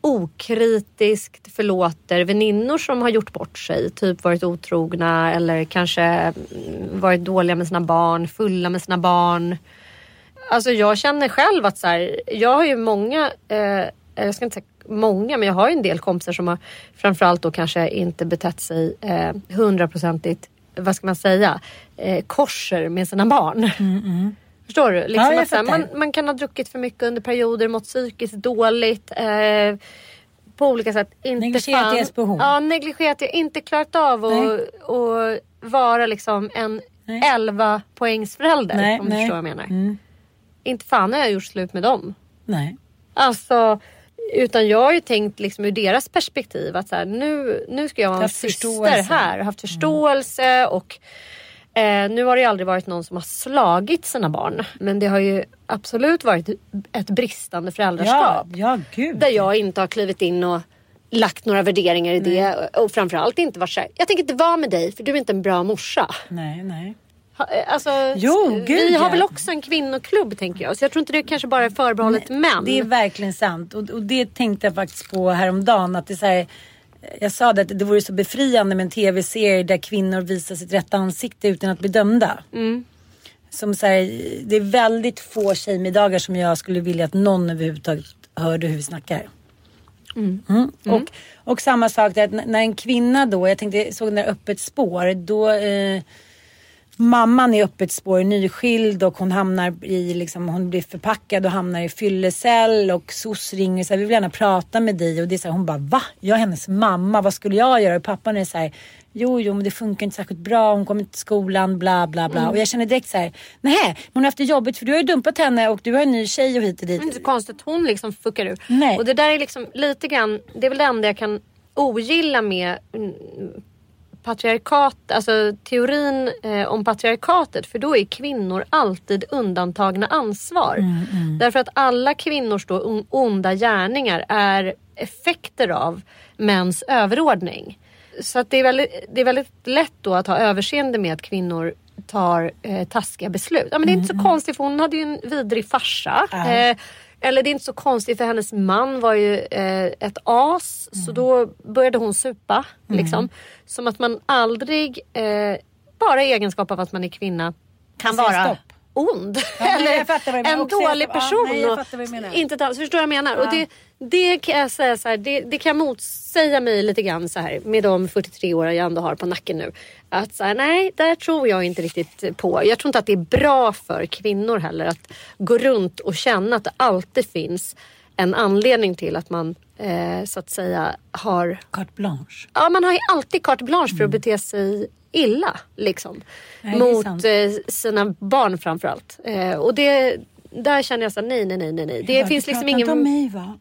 okritiskt förlåter väninnor som har gjort bort sig, typ varit otrogna eller kanske varit dåliga med sina barn, fulla med sina barn. Alltså jag känner själv att så här, jag har ju många, eh, jag ska inte säga många, men jag har ju en del kompisar som har framförallt då kanske inte betett sig hundraprocentigt, eh, vad ska man säga, eh, korser med sina barn. Mm, mm. Förstår du? Liksom ja, att, man, man kan ha druckit för mycket under perioder, mått psykiskt dåligt. Eh, på olika sätt inte negligerat fan, deras behov. Ja, negligerat. Jag inte klarat av att och vara liksom en nej. elva poängs förälder. Nej, om du förstår vad jag menar. Mm. Inte fan har jag gjort slut med dem. Nej. Alltså, utan jag har ju tänkt liksom ur deras perspektiv att så här, nu, nu ska jag vara en syster här. Haft förståelse mm. och eh, nu har det aldrig varit någon som har slagit sina barn. Men det har ju absolut varit ett bristande föräldraskap. Ja, ja gud. Där jag inte har klivit in och lagt några värderingar i nej. det. Och framförallt inte varit så här, jag tänker inte vara med dig för du är inte en bra morsa. Nej, nej. Alltså, jo, gud, vi har ja. väl också en kvinnoklubb tänker jag. Så jag tror inte det kanske bara är förbehållet nej, män. Det är verkligen sant. Och, och det tänkte jag faktiskt på häromdagen. Att det är så här, jag sa det att det vore så befriande med en tv-serie där kvinnor visar sitt rätta ansikte utan att bli dömda. Mm. Som så här, det är väldigt få tjejmiddagar som jag skulle vilja att någon överhuvudtaget hörde hur vi snackar. Mm. Mm. Mm. Och, och samma sak där, att när en kvinna då, jag tänkte, jag såg den där Öppet spår, då eh, mamman är Öppet spår, nyskild och hon hamnar i liksom, hon blir förpackad och hamnar i fyllecell och S O S ringer och säger vi vill gärna prata med dig och det är så här, hon bara va? Jag är hennes mamma, vad skulle jag göra? Och pappan är så här, jo jo men det funkar inte särskilt bra, hon kommer inte till skolan, bla bla bla. Mm. Och jag känner direkt så här, nej hon har haft det jobbigt för du har ju dumpat henne och du har en ny tjej och hit och dit. Det är inte så konstigt att hon liksom fuckar ur. Nej. Och det där är liksom lite grann, det är väl det enda jag kan ogilla med mm, patriarkat, alltså teorin eh, om patriarkatet, för då är kvinnor alltid undantagna ansvar. Mm, mm. Därför att alla kvinnors då onda gärningar är effekter av mäns överordning. Så att det är väldigt, det är väldigt lätt då att ha överseende med att kvinnor tar eh, taskiga beslut. Ja, men det är inte så mm, konstigt för hon hade ju en vidrig farsa. Mm. Eh, Eller det är inte så konstigt för hennes man var ju eh, ett as. Mm. Så då började hon supa. Mm. Liksom. Som att man aldrig, eh, bara i egenskap av att man är kvinna, kan vara stopp. ond. Ja, eller en dålig jag, person. ja, nej, och inte ta, så förstår jag vad jag menar. Ja. Och det, det kan jag säga så här, det, det kan motsäga mig lite grann så här, med de fyrtiotre år jag ändå har på nacken nu. Att så här, nej, där tror jag inte riktigt på. Jag tror inte att det är bra för kvinnor heller att gå runt och känna att det alltid finns en anledning till att man eh, så att säga har carte blanche. Ja, man har ju alltid carte blanche för att mm. bete sig illa liksom. Nej, mot eh, sina barn framförallt. Eh, och det där känner jag så nej nej nej nej nej. Det jag finns liksom ingen om mig va.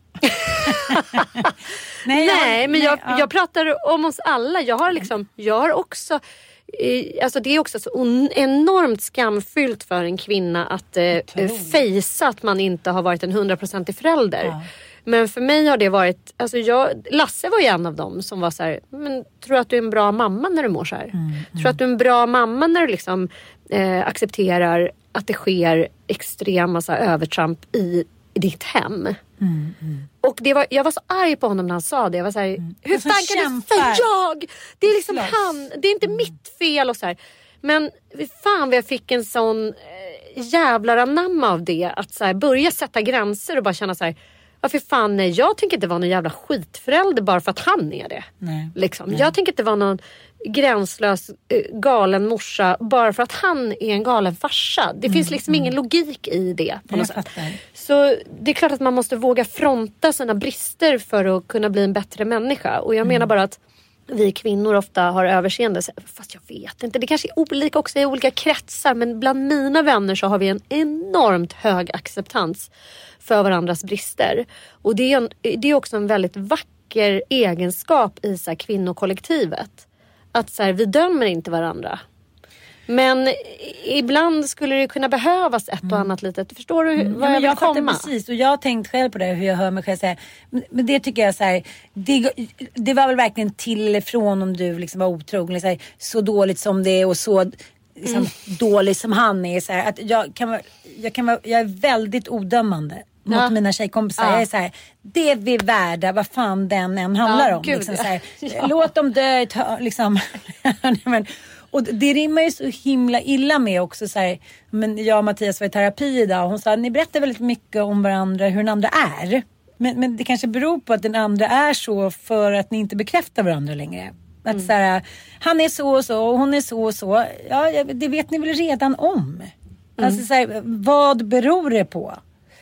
nej, nej, jag, men jag, nej, jag pratar om oss alla. Jag har liksom jag har också alltså det är också så enormt skamfyllt för en kvinna att eh, fejsa att man inte har varit en hundraprocentig förälder. Ja. Men för mig har det varit, alltså jag, Lasse var ju en av dem som var så här, men tror att du är en bra mamma när du mår så här? Mm, mm. Tror att du är en bra mamma när du liksom eh, accepterar att det sker extrema så här, övertramp i, i ditt hem? Mm, mm. Och det var, jag var så arg på honom när han sa det. Jag var så här, mm. hur fan kan du säga jag? Det är liksom han, det är inte mm. mitt fel och så här. Men fan vad jag fick en sån eh, jävlar anamma av det. Att så här, börja sätta gränser och bara känna så här, ja för fan nej, jag tänker inte vara någon jävla skitförälder bara för att han är det. Nej. Liksom. Nej. Jag tänker inte vara någon gränslös eh, galen morsa bara för att han är en galen farsa. Det mm, finns liksom mm. ingen logik i det på något sätt. Så det är klart att man måste våga fronta sina brister för att kunna bli en bättre människa. Och jag mm. menar bara att vi kvinnor ofta har överseende. Fast jag vet inte, det kanske är olika också i olika kretsar. Men bland mina vänner så har vi en enormt hög acceptans för varandras brister. Och det är, en, det är också en väldigt vacker egenskap i så här, kvinnokollektivet. Att så här, vi dömer inte varandra. Men ibland skulle det kunna behövas ett och annat litet. Förstår du mm. vad ja, jag vill jag komma? Precis, och jag har tänkt själv på det, hur jag hör mig själv säga. Men det tycker jag så här, det, det var väl verkligen till ifrån om du liksom var otrogen. Så, här, så dåligt som det är och så liksom, mm. dålig som han är. Så här, att jag, kan, jag, kan, jag är väldigt odömande mot ja. mina tjejkompisar. Ja. Jag är så här, det är vi värda, vad fan den än handlar ja, om. Gud, liksom, ja. så här, ja. Låt dem dö, ta, liksom. Men, och det rimmar ju så himla illa med också så här, men jag och Mattias var i terapi idag och hon sa, ni berättar väldigt mycket om varandra, hur den andra är. Men, men det kanske beror på att den andra är så för att ni inte bekräftar varandra längre. Att mm. så här, han är så och så och hon är så och så. Ja, det vet ni väl redan om. Mm. Alltså så här, vad beror det på?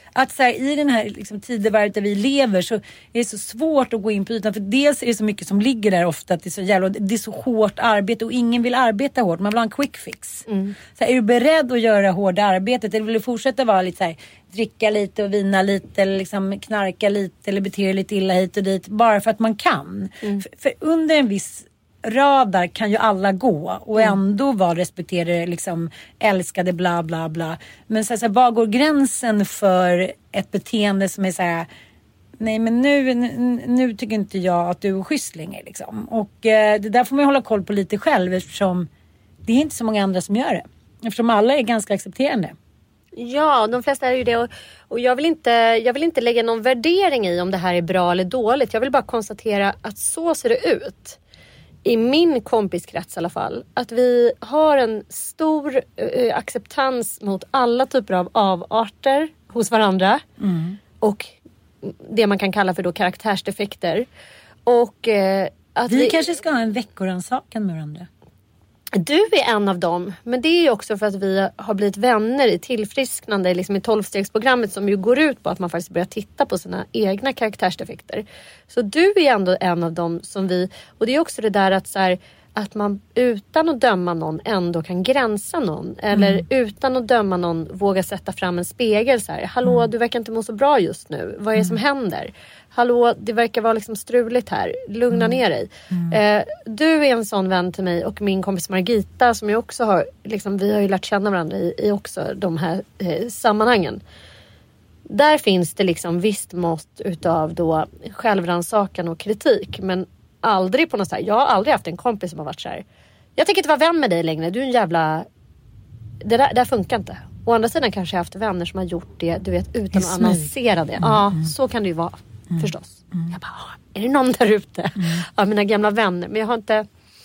att så här, i den här liksom, tidevarvet där vi lever så är det så svårt att gå in på ytan. För dels är det så mycket som ligger där ofta. Att det, är så jävla, det är så hårt arbete och ingen vill arbeta hårt. Man vill ha en quick fix. Mm. Så här, är du beredd att göra hårda arbetet eller vill du fortsätta vara lite så här, dricka lite och vina lite eller liksom knarka lite eller bete dig lite illa hit och dit bara för att man kan. Mm. För, för under en viss radar kan ju alla gå och ändå vara respekterade, liksom älskade, bla bla bla. Men så här, så här, var går gränsen för ett beteende som är så här: nej men nu, nu, nu tycker inte jag att du är schysst längre liksom. Och eh, det där får man ju hålla koll på lite själv eftersom det är inte så många andra som gör det. Eftersom alla är ganska accepterande. Ja, de flesta är ju det och, och jag, vill inte, jag vill inte lägga någon värdering i om det här är bra eller dåligt. Jag vill bara konstatera att så ser det ut. I min kompiskrets i alla fall. Att vi har en stor eh, acceptans mot alla typer av avarter hos varandra. Mm. Och det man kan kalla för då karaktärsdefekter. Och eh, att vi, vi kanske ska ha en veckorannsakan med varandra. Du är en av dem, men det är ju också för att vi har blivit vänner i tillfrisknande, liksom i tolvstegsprogrammet som ju går ut på att man faktiskt börjar titta på sina egna karaktärsdefekter. Så du är ändå en av dem som vi, och det är också det där att så här, att man utan att döma någon ändå kan gränsa någon. Eller mm. utan att döma någon våga sätta fram en spegel så här: hallå, mm. du verkar inte må så bra just nu. Vad är det mm. som händer? Hallå, det verkar vara liksom struligt här. Lugna mm. ner dig. Mm. Eh, du är en sån vän till mig och min kompis Margita som jag också har, liksom, vi har ju lärt känna varandra i, i också de här eh, sammanhangen. Där finns det liksom visst mått utav då självrannsakan och kritik. Men aldrig på något så här, jag har aldrig haft en kompis som har varit så här: jag tänker inte vara vän med dig längre, du är en jävla, det där, det där funkar inte. Å andra sidan kanske jag har haft vänner som har gjort det, du vet, utan att annonsera det. Mm. Ja, så kan det ju vara, mm. förstås. Mm. Jag bara, är det någon där ute? Mm. Ja, mina gamla vänner, men jag har inte.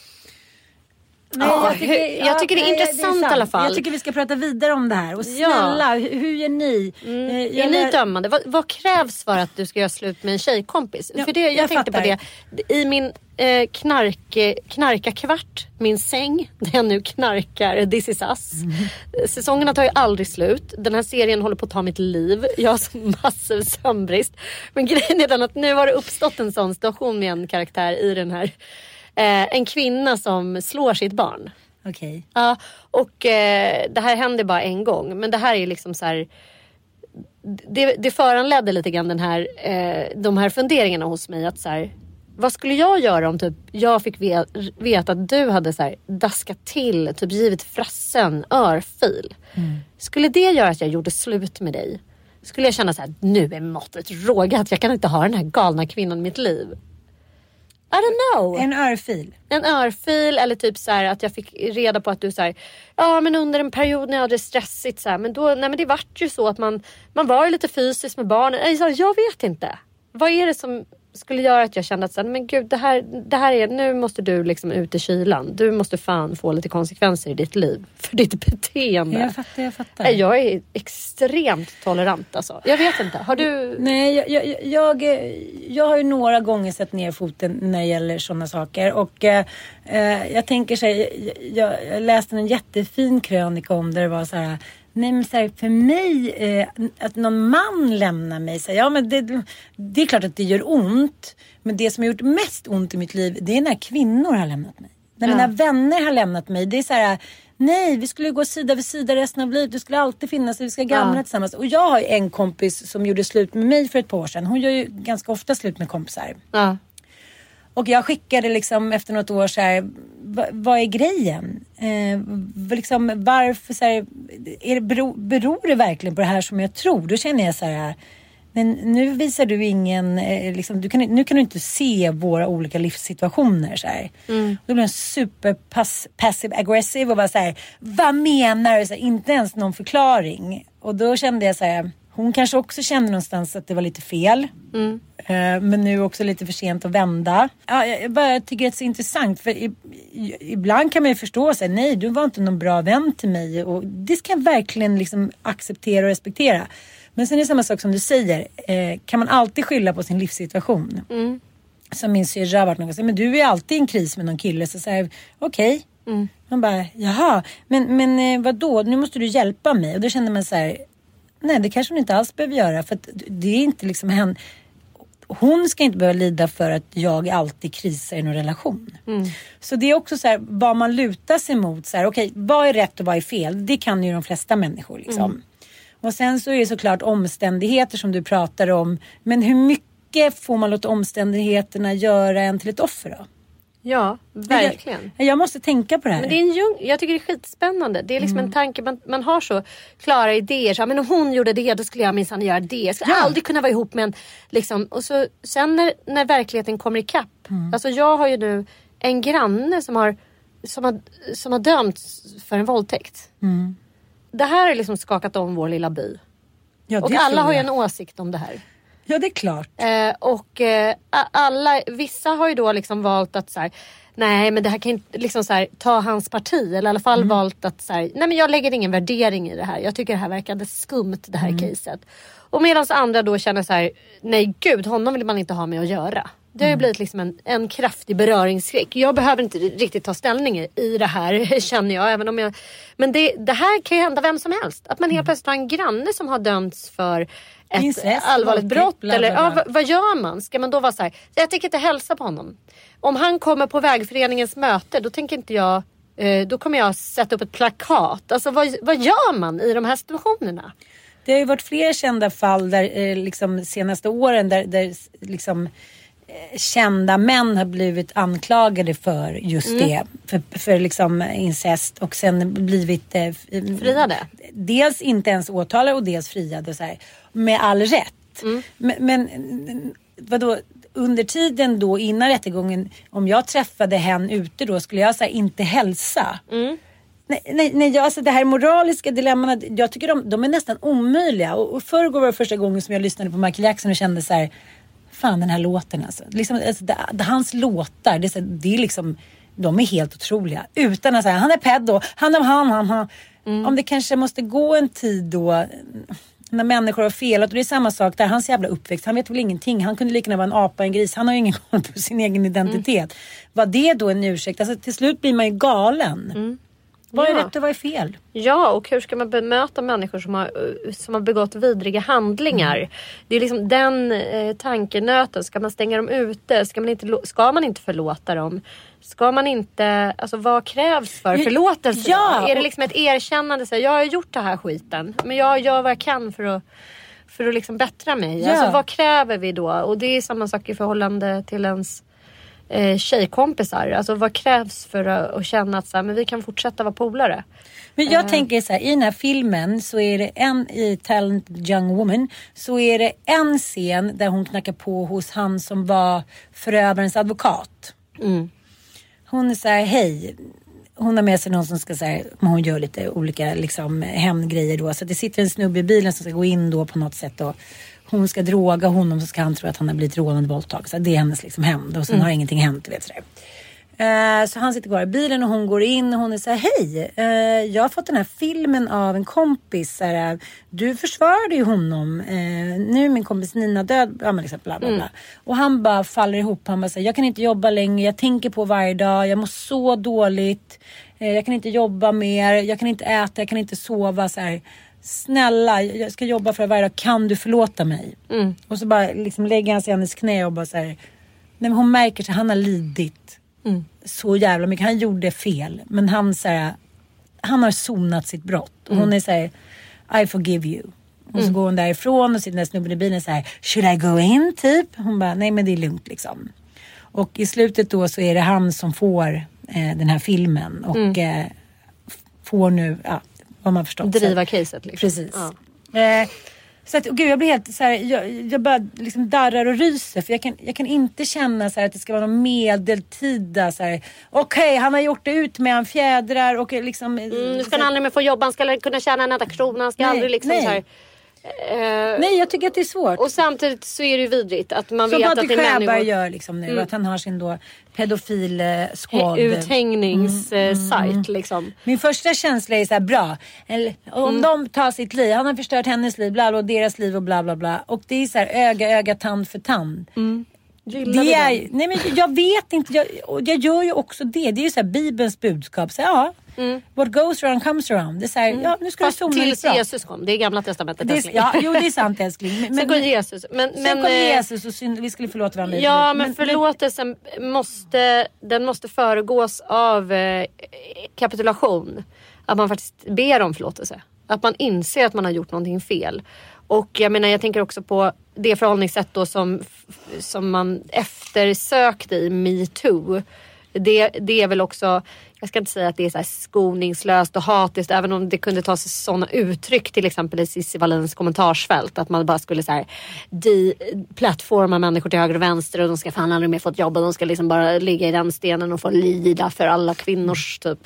Nej, ja, jag, tycker, jag tycker ja, det är nej, intressant det är i alla fall. Jag tycker vi ska prata vidare om det här. Och snälla, ja. hur, hur gör ni? Mm. Jag är ni dömande? Vad, vad krävs för att du ska göra slut med en tjejkompis? Ja, för det, jag, jag tänkte fattar. på det. I min eh, knark, knarkarkvart, min säng, där jag nu knarkar This is us. Mm. Säsongerna tar ju aldrig slut. Den här serien håller på att ta mitt liv. Jag har så massiv sömnbrist. Men grejen är den att nu har det uppstått en sån situation med en karaktär i den här. Eh, en kvinna som slår sitt barn. Okej. Okay. Ja, och eh, det här hände bara en gång. Men det här är liksom så här. Det, det föranledde lite grann den här, eh, de här funderingarna hos mig. Att så här, vad skulle jag göra om typ jag fick vet, veta att du hade så här, daskat till, typ givit frassen örfil. Mm. Skulle det göra att jag gjorde slut med dig? Skulle jag känna så här, nu är måttet rågat. Jag kan inte ha den här galna kvinnan i mitt liv. I don't know. En örfil. En örfil eller typ så här att jag fick reda på att du så här, ja men under en period när jag hade stressigt så här, men då, nej men det vart ju så att man, man var ju lite fysiskt med barnen. Jag, jag vet inte. Vad är det som skulle göra att jag kände att så här, men gud det här, det här är, nu måste du liksom ut i kylan. Du måste fan få lite konsekvenser i ditt liv. För ditt beteende. Jag fattar, jag fattar. Jag är extremt tolerant alltså. Jag vet inte. Har du... Nej, jag, jag, jag, jag har ju några gånger sett ner foten när det gäller sådana saker. Och eh, jag tänker så här, jag, jag läste en jättefin krönika om där det var så här. Nej men så här, för mig eh, att någon man lämnar mig så här, ja men det, det är klart att det gör ont, men det som har gjort mest ont i mitt liv, det är när kvinnor har lämnat mig. När ja. mina vänner har lämnat mig, det är så här: nej vi skulle gå sida vid sida resten av livet, du skulle alltid finnas, vi ska gamla ja. tillsammans. Och jag har en kompis som gjorde slut med mig för ett par år sedan. Hon gör ju ganska ofta slut med kompisar. Ja. Och jag skickade liksom efter något år så här, vad, vad är grejen? Eh, liksom, varför så här, är det, beror, beror det verkligen på det här som jag tror? Då känner jag så här, men nu visar du ingen, eh, liksom, du kan, nu kan du inte se våra olika livssituationer så här. Mm. Då blir jag super pass, passive aggressive och bara så här, vad menar du? Så här, inte ens någon förklaring. Och då kände jag så här, hon kanske också kände någonstans att det var lite fel. Mm. Uh, men nu också lite för sent att vända. Ja, jag bara tycker att det är så intressant. För i, i, ibland kan man ju förstå sig. Nej, du var inte någon bra vän till mig. Och det ska jag verkligen liksom acceptera och respektera. Men sen är det samma sak som du säger. Eh, kan man alltid skylla på sin livssituation? Mm. Som min syrra har varit någon gång. Men du är alltid i en kris med någon kille. Så säger okej. Okay. Mm. Man bara, jaha. Men, men eh, vadå? Nu måste du hjälpa mig. Och då känner man så här. Nej, det kanske hon inte alls behöver göra. För att det är inte liksom hen... Hon ska inte behöva lida för att jag alltid krisar i någon relation. Mm. Så det är också så här, vad man lutar sig mot. Så här, okej, vad är rätt och vad är fel? Det kan ju de flesta människor liksom. Mm. Och sen så är det såklart omständigheter som du pratar om. Men hur mycket får man låta omständigheterna göra en till ett offer då? Ja, verkligen. Jag, jag måste tänka på det här. Men det är en jung, jag tycker det är skitspännande. Det är liksom mm. en tanke, man, man har så klara idéer. Så, men om hon gjorde det, då skulle jag minsann göra det. Jag skulle ja. aldrig kunna vara ihop med en... Liksom, och så, sen när, när verkligheten kommer ikapp. Mm. Alltså jag har ju nu en granne som har, som har, som har dömts för en våldtäkt. Mm. Det här har liksom skakat om vår lilla by. Ja, och alla har ju en åsikt om det här. Ja, det är klart. Eh, och eh, alla, vissa har ju då liksom valt att så här, nej men det här kan inte liksom så här, ta hans parti. Eller i alla fall mm. valt att så här, nej men jag lägger ingen värdering i det här. Jag tycker det här verkade skumt, det här mm. caset. Och medan andra då känner så här, nej gud, honom vill man inte ha med att göra. Det har ju blivit liksom en, en kraftig beröringsskräck. Jag behöver inte riktigt ta ställning i det här, känner jag. Även om jag men det, det här kan ju hända vem som helst. Att man helt plötsligt har en granne som har dömts för ett incest, allvarligt brott. Bla, bla, bla. Eller ja, vad, vad gör man? Ska man då vara så här, jag tänker inte hälsa på honom. Om han kommer på vägföreningens möte, då tänker inte jag, eh, då kommer jag sätta upp ett plakat. Alltså vad, vad gör man i de här situationerna? Det har ju varit fler kända fall där eh, liksom senaste åren där, där liksom kända män har blivit anklagade för just mm. det. För, för liksom incest och sen blivit eh, friade. Dels inte ens åtalade och dels friade så här, med all rätt. Mm. Men, men vadå, under tiden då innan rättegången, om jag träffade henne ute då skulle jag så här, inte hälsa. Mm. Nej, nej, nej alltså det här moraliska dilemman, jag tycker de, de är nästan omöjliga. Och, och förrgår var det första gången som jag lyssnade på Michael Jackson och kände så här, fan den här låten alltså. Liksom, alltså det, det, hans låtar, det, det är liksom, de är helt otroliga. Utan att säga, han är pedo, han är han, han, han. Mm. Om det kanske måste gå en tid då när människor har felat. Och det är samma sak där, hans jävla uppväxt. Han vet väl ingenting, han kunde lika gärna vara en apa, en gris. Han har ju ingen koll på sin egen identitet. Mm. Var det då en ursäkt? Alltså till slut blir man ju galen. Mm. Vad är ja. rätt och vad är fel? Ja, och hur ska man bemöta människor som har, som har begått vidriga handlingar? Mm. Det är liksom den eh, tankenöten. Ska man stänga dem ute? Ska man inte, ska man inte förlåta dem? Ska man inte... Alltså vad krävs för förlåtelse? Ja. Är det liksom ett erkännande? Så här, jag har gjort det här skiten. Men jag gör vad jag kan för att, för att liksom bättra mig. Ja. Alltså vad kräver vi då? Och det är samma sak i förhållande till ens... Eh, tjejkompisar, alltså vad krävs för att, att känna att så här, men vi kan fortsätta vara polare. Men jag uh. tänker så här, i den här filmen så är det en, i Talent Young Woman så är det en scen där hon knackar på hos han som var förövarens advokat. Mm. Hon är så här, hej, hon har med sig någon som ska säga, hon gör lite olika liksom hemgrejer då, så det sitter en snubbe i bilen som ska gå in då på något sätt och hon ska droga honom så ska han tro att han har blivit rånad våldtag. Så det är hennes liksom hämnd. Och sen mm. har ingenting hänt, vet sådär. Uh, så han sitter kvar i bilen och hon går in och hon är så här, hej, uh, jag har fått den här filmen av en kompis. Så här, du försvarade ju honom. Uh, nu är min kompis Nina död. Ja, men liksom bla bla bla. Mm. Och han bara faller ihop. Han bara säger, jag kan inte jobba längre. Jag tänker på varje dag. Jag mår så dåligt. Uh, jag kan inte jobba mer. Jag kan inte äta. Jag kan inte sova. Så här. Snälla, jag ska jobba för varje dag. Kan du förlåta mig? Mm. Och så bara liksom lägger han sig i hennes knä och bara så här. Nej, men hon märker att han har lidit mm. så jävla mycket. Han gjorde fel. Men han så här, han har sonat sitt brott. Och mm. hon är så här, I forgive you. Och mm. så går hon därifrån och sitter den snubben i bilen så här, should I go in typ? Hon bara, nej men det är lugnt liksom. Och i slutet då så är det han som får eh, den här filmen. Och mm. eh, får nu, ja. Vad man förstått. Driva caset liksom. Precis. Ja. Eh, så att, gud, jag blir helt så här, jag, jag bara liksom darrar och ryser. För jag kan, jag kan inte känna så här att det ska vara någon medeltida så här. Okej, okay, han har gjort det ut med en fjädrar och liksom... Mm, ska han aldrig mer få jobba, han ska kunna tjäna en enda krona, han ska nej, aldrig liksom nej. så här... Uh, Nej, jag tycker att det är svårt. Och samtidigt så är det ju vidrigt att man så vet att det är människor... Sjöberg gör liksom nu, mm. att han har sin då pedofil eh, squad. Uthängningssajt mm, mm, liksom. Min första känsla är så här, bra. Eller, om mm. de tar sitt liv, han har förstört hennes liv, bla bla, deras liv och bla bla bla. Och det är så här, öga, öga, tand för tand. Mm. Det är, nej men jag vet inte, jag, jag gör ju också det. Det är ju så här Bibelns budskap. Så ja, Mm. What goes around comes around. Det är så här, mm. ja, nu ska Fast du zona tills lite bra. Jesus kom. Det är gamla testamentet. Det är, ja, jo, det är sant älskling. Men, sen kom Jesus. Men, sen men, kom Jesus och synd, vi skulle förlåta varandra. Ja, men, men förlåtelsen måste, den måste föregås av eh, kapitulation. Att man faktiskt ber om förlåtelse. Att man inser att man har gjort någonting fel. Och jag menar, jag tänker också på det förhållningssätt då som, som man eftersökte i MeToo. Det, det är väl också, jag ska inte säga att det är så här skoningslöst och hatiskt, även om det kunde ta sig sådana uttryck, till exempel i Cissi Wallins kommentarsfält, att man bara skulle så här de-plattforma människor till höger och vänster och de ska fan aldrig mer få ett jobb och de ska liksom bara ligga i den stenen och få lida för alla kvinnors typ.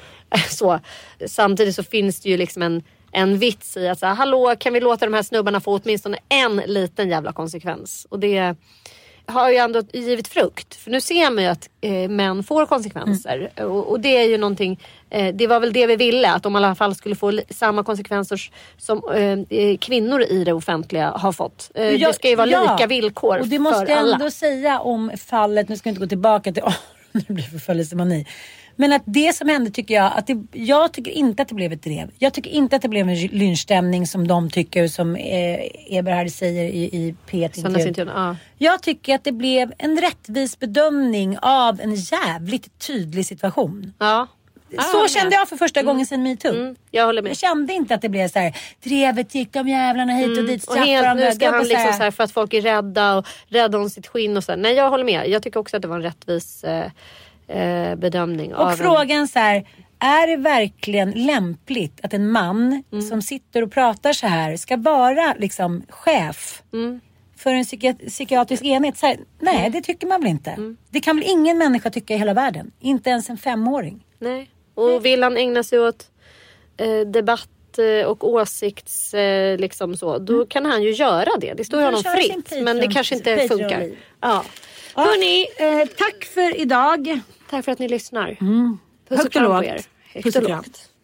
Så. Samtidigt så finns det ju liksom en En vits i att säga, hallå, kan vi låta de här snubbarna få åtminstone en liten jävla konsekvens? Och det har ju ändå givit frukt. För nu ser man ju att eh, män får konsekvenser. Mm. Och, och det är ju någonting, eh, det var väl det vi ville. Att de i alla fall skulle få li- samma konsekvenser som eh, kvinnor i det offentliga har fått. Eh, jag, det ska ju vara ja. lika villkor för alla. Och det måste jag ändå säga om fallet, nu ska jag inte gå tillbaka till, åh, oh, nu blir det förföljelsemani. Men att det som hände tycker jag, att det, jag tycker inte att det blev ett drev. Jag tycker inte att det blev en lynchstämning som de tycker, som eh, Eberhard säger i, i P ett-intervjun. Ja. Jag tycker att det blev en rättvis bedömning av en jävligt tydlig situation. Ja. Så ah, kände jag för första mm. gången sedan MeToo. Mm, jag håller med. Jag kände inte att det blev så här, drevet gick de jävlarna hit mm. och dit. Och helt, nu ska han liksom så här, för att folk är rädda och rädda om sitt skinn och så här. Nej, jag håller med. Jag tycker också att det var en rättvis eh, eh, bedömning. Och av frågan en... så här, är det verkligen lämpligt att en man mm. som sitter och pratar så här ska vara liksom chef mm. för en psyki- psykiatrisk enhet? Så här, nej, mm. det tycker man väl inte. Mm. Det kan väl ingen människa tycka i hela världen. Inte ens en femåring. Nej. Och vill han ägna sig åt eh, debatt eh, och åsikts eh, liksom så, då mm. kan han ju göra det. Det står ju honom fritt, men det kanske inte funkar. Ja. Ja. Hörrni, eh, tack för idag. Tack för att ni lyssnar. Mm. Puss och kram på er. Puss och kram.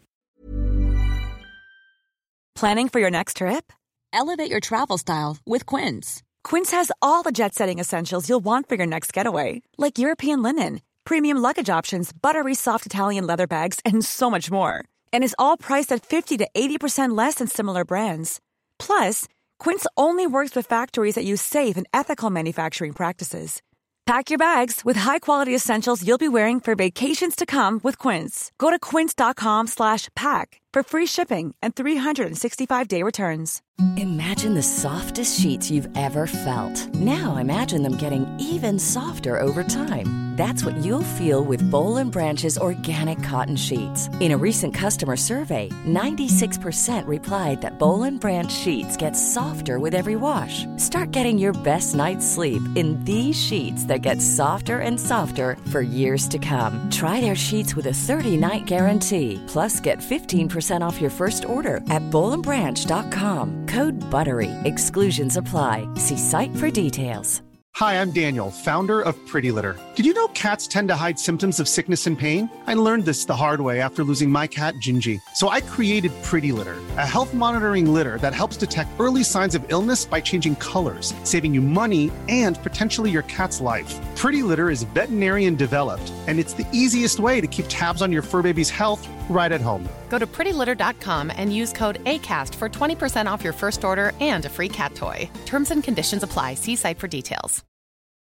Planning for your next trip? Elevate your travel style with Quince. Quince has all the jet-setting essentials you'll want for your next getaway, like European linen, premium luggage options, buttery soft Italian leather bags, and so much more. And is all priced at fifty to eighty percent less than similar brands. Plus, Quince only works with factories that use safe and ethical manufacturing practices. Pack your bags with high-quality essentials you'll be wearing for vacations to come with Quince. Go to quince.com slash pack for free shipping and three sixty-five day returns. Imagine the softest sheets you've ever felt. Now imagine them getting even softer over time. That's what you'll feel with Boll and Branch's organic cotton sheets. In a recent customer survey, ninety-six percent replied that Boll and Branch sheets get softer with every wash. Start getting your best night's sleep in these sheets that get softer and softer for years to come. Try their sheets with a thirty-night guarantee. Plus, get fifteen percent off your first order at boll and branch dot com. Code BUTTERY. Exclusions apply. See site for details. Hi, I'm Daniel, founder of Pretty Litter. Did you know cats tend to hide symptoms of sickness and pain? I learned this the hard way after losing my cat, Gingy. So I created Pretty Litter, a health monitoring litter that helps detect early signs of illness by changing colors, saving you money and potentially your cat's life. Pretty Litter is veterinarian developed, and it's the easiest way to keep tabs on your fur baby's health right at home. Go to pretty litter dot com and use code ACAST for twenty percent off your first order and a free cat toy. Terms and conditions apply. See site for details.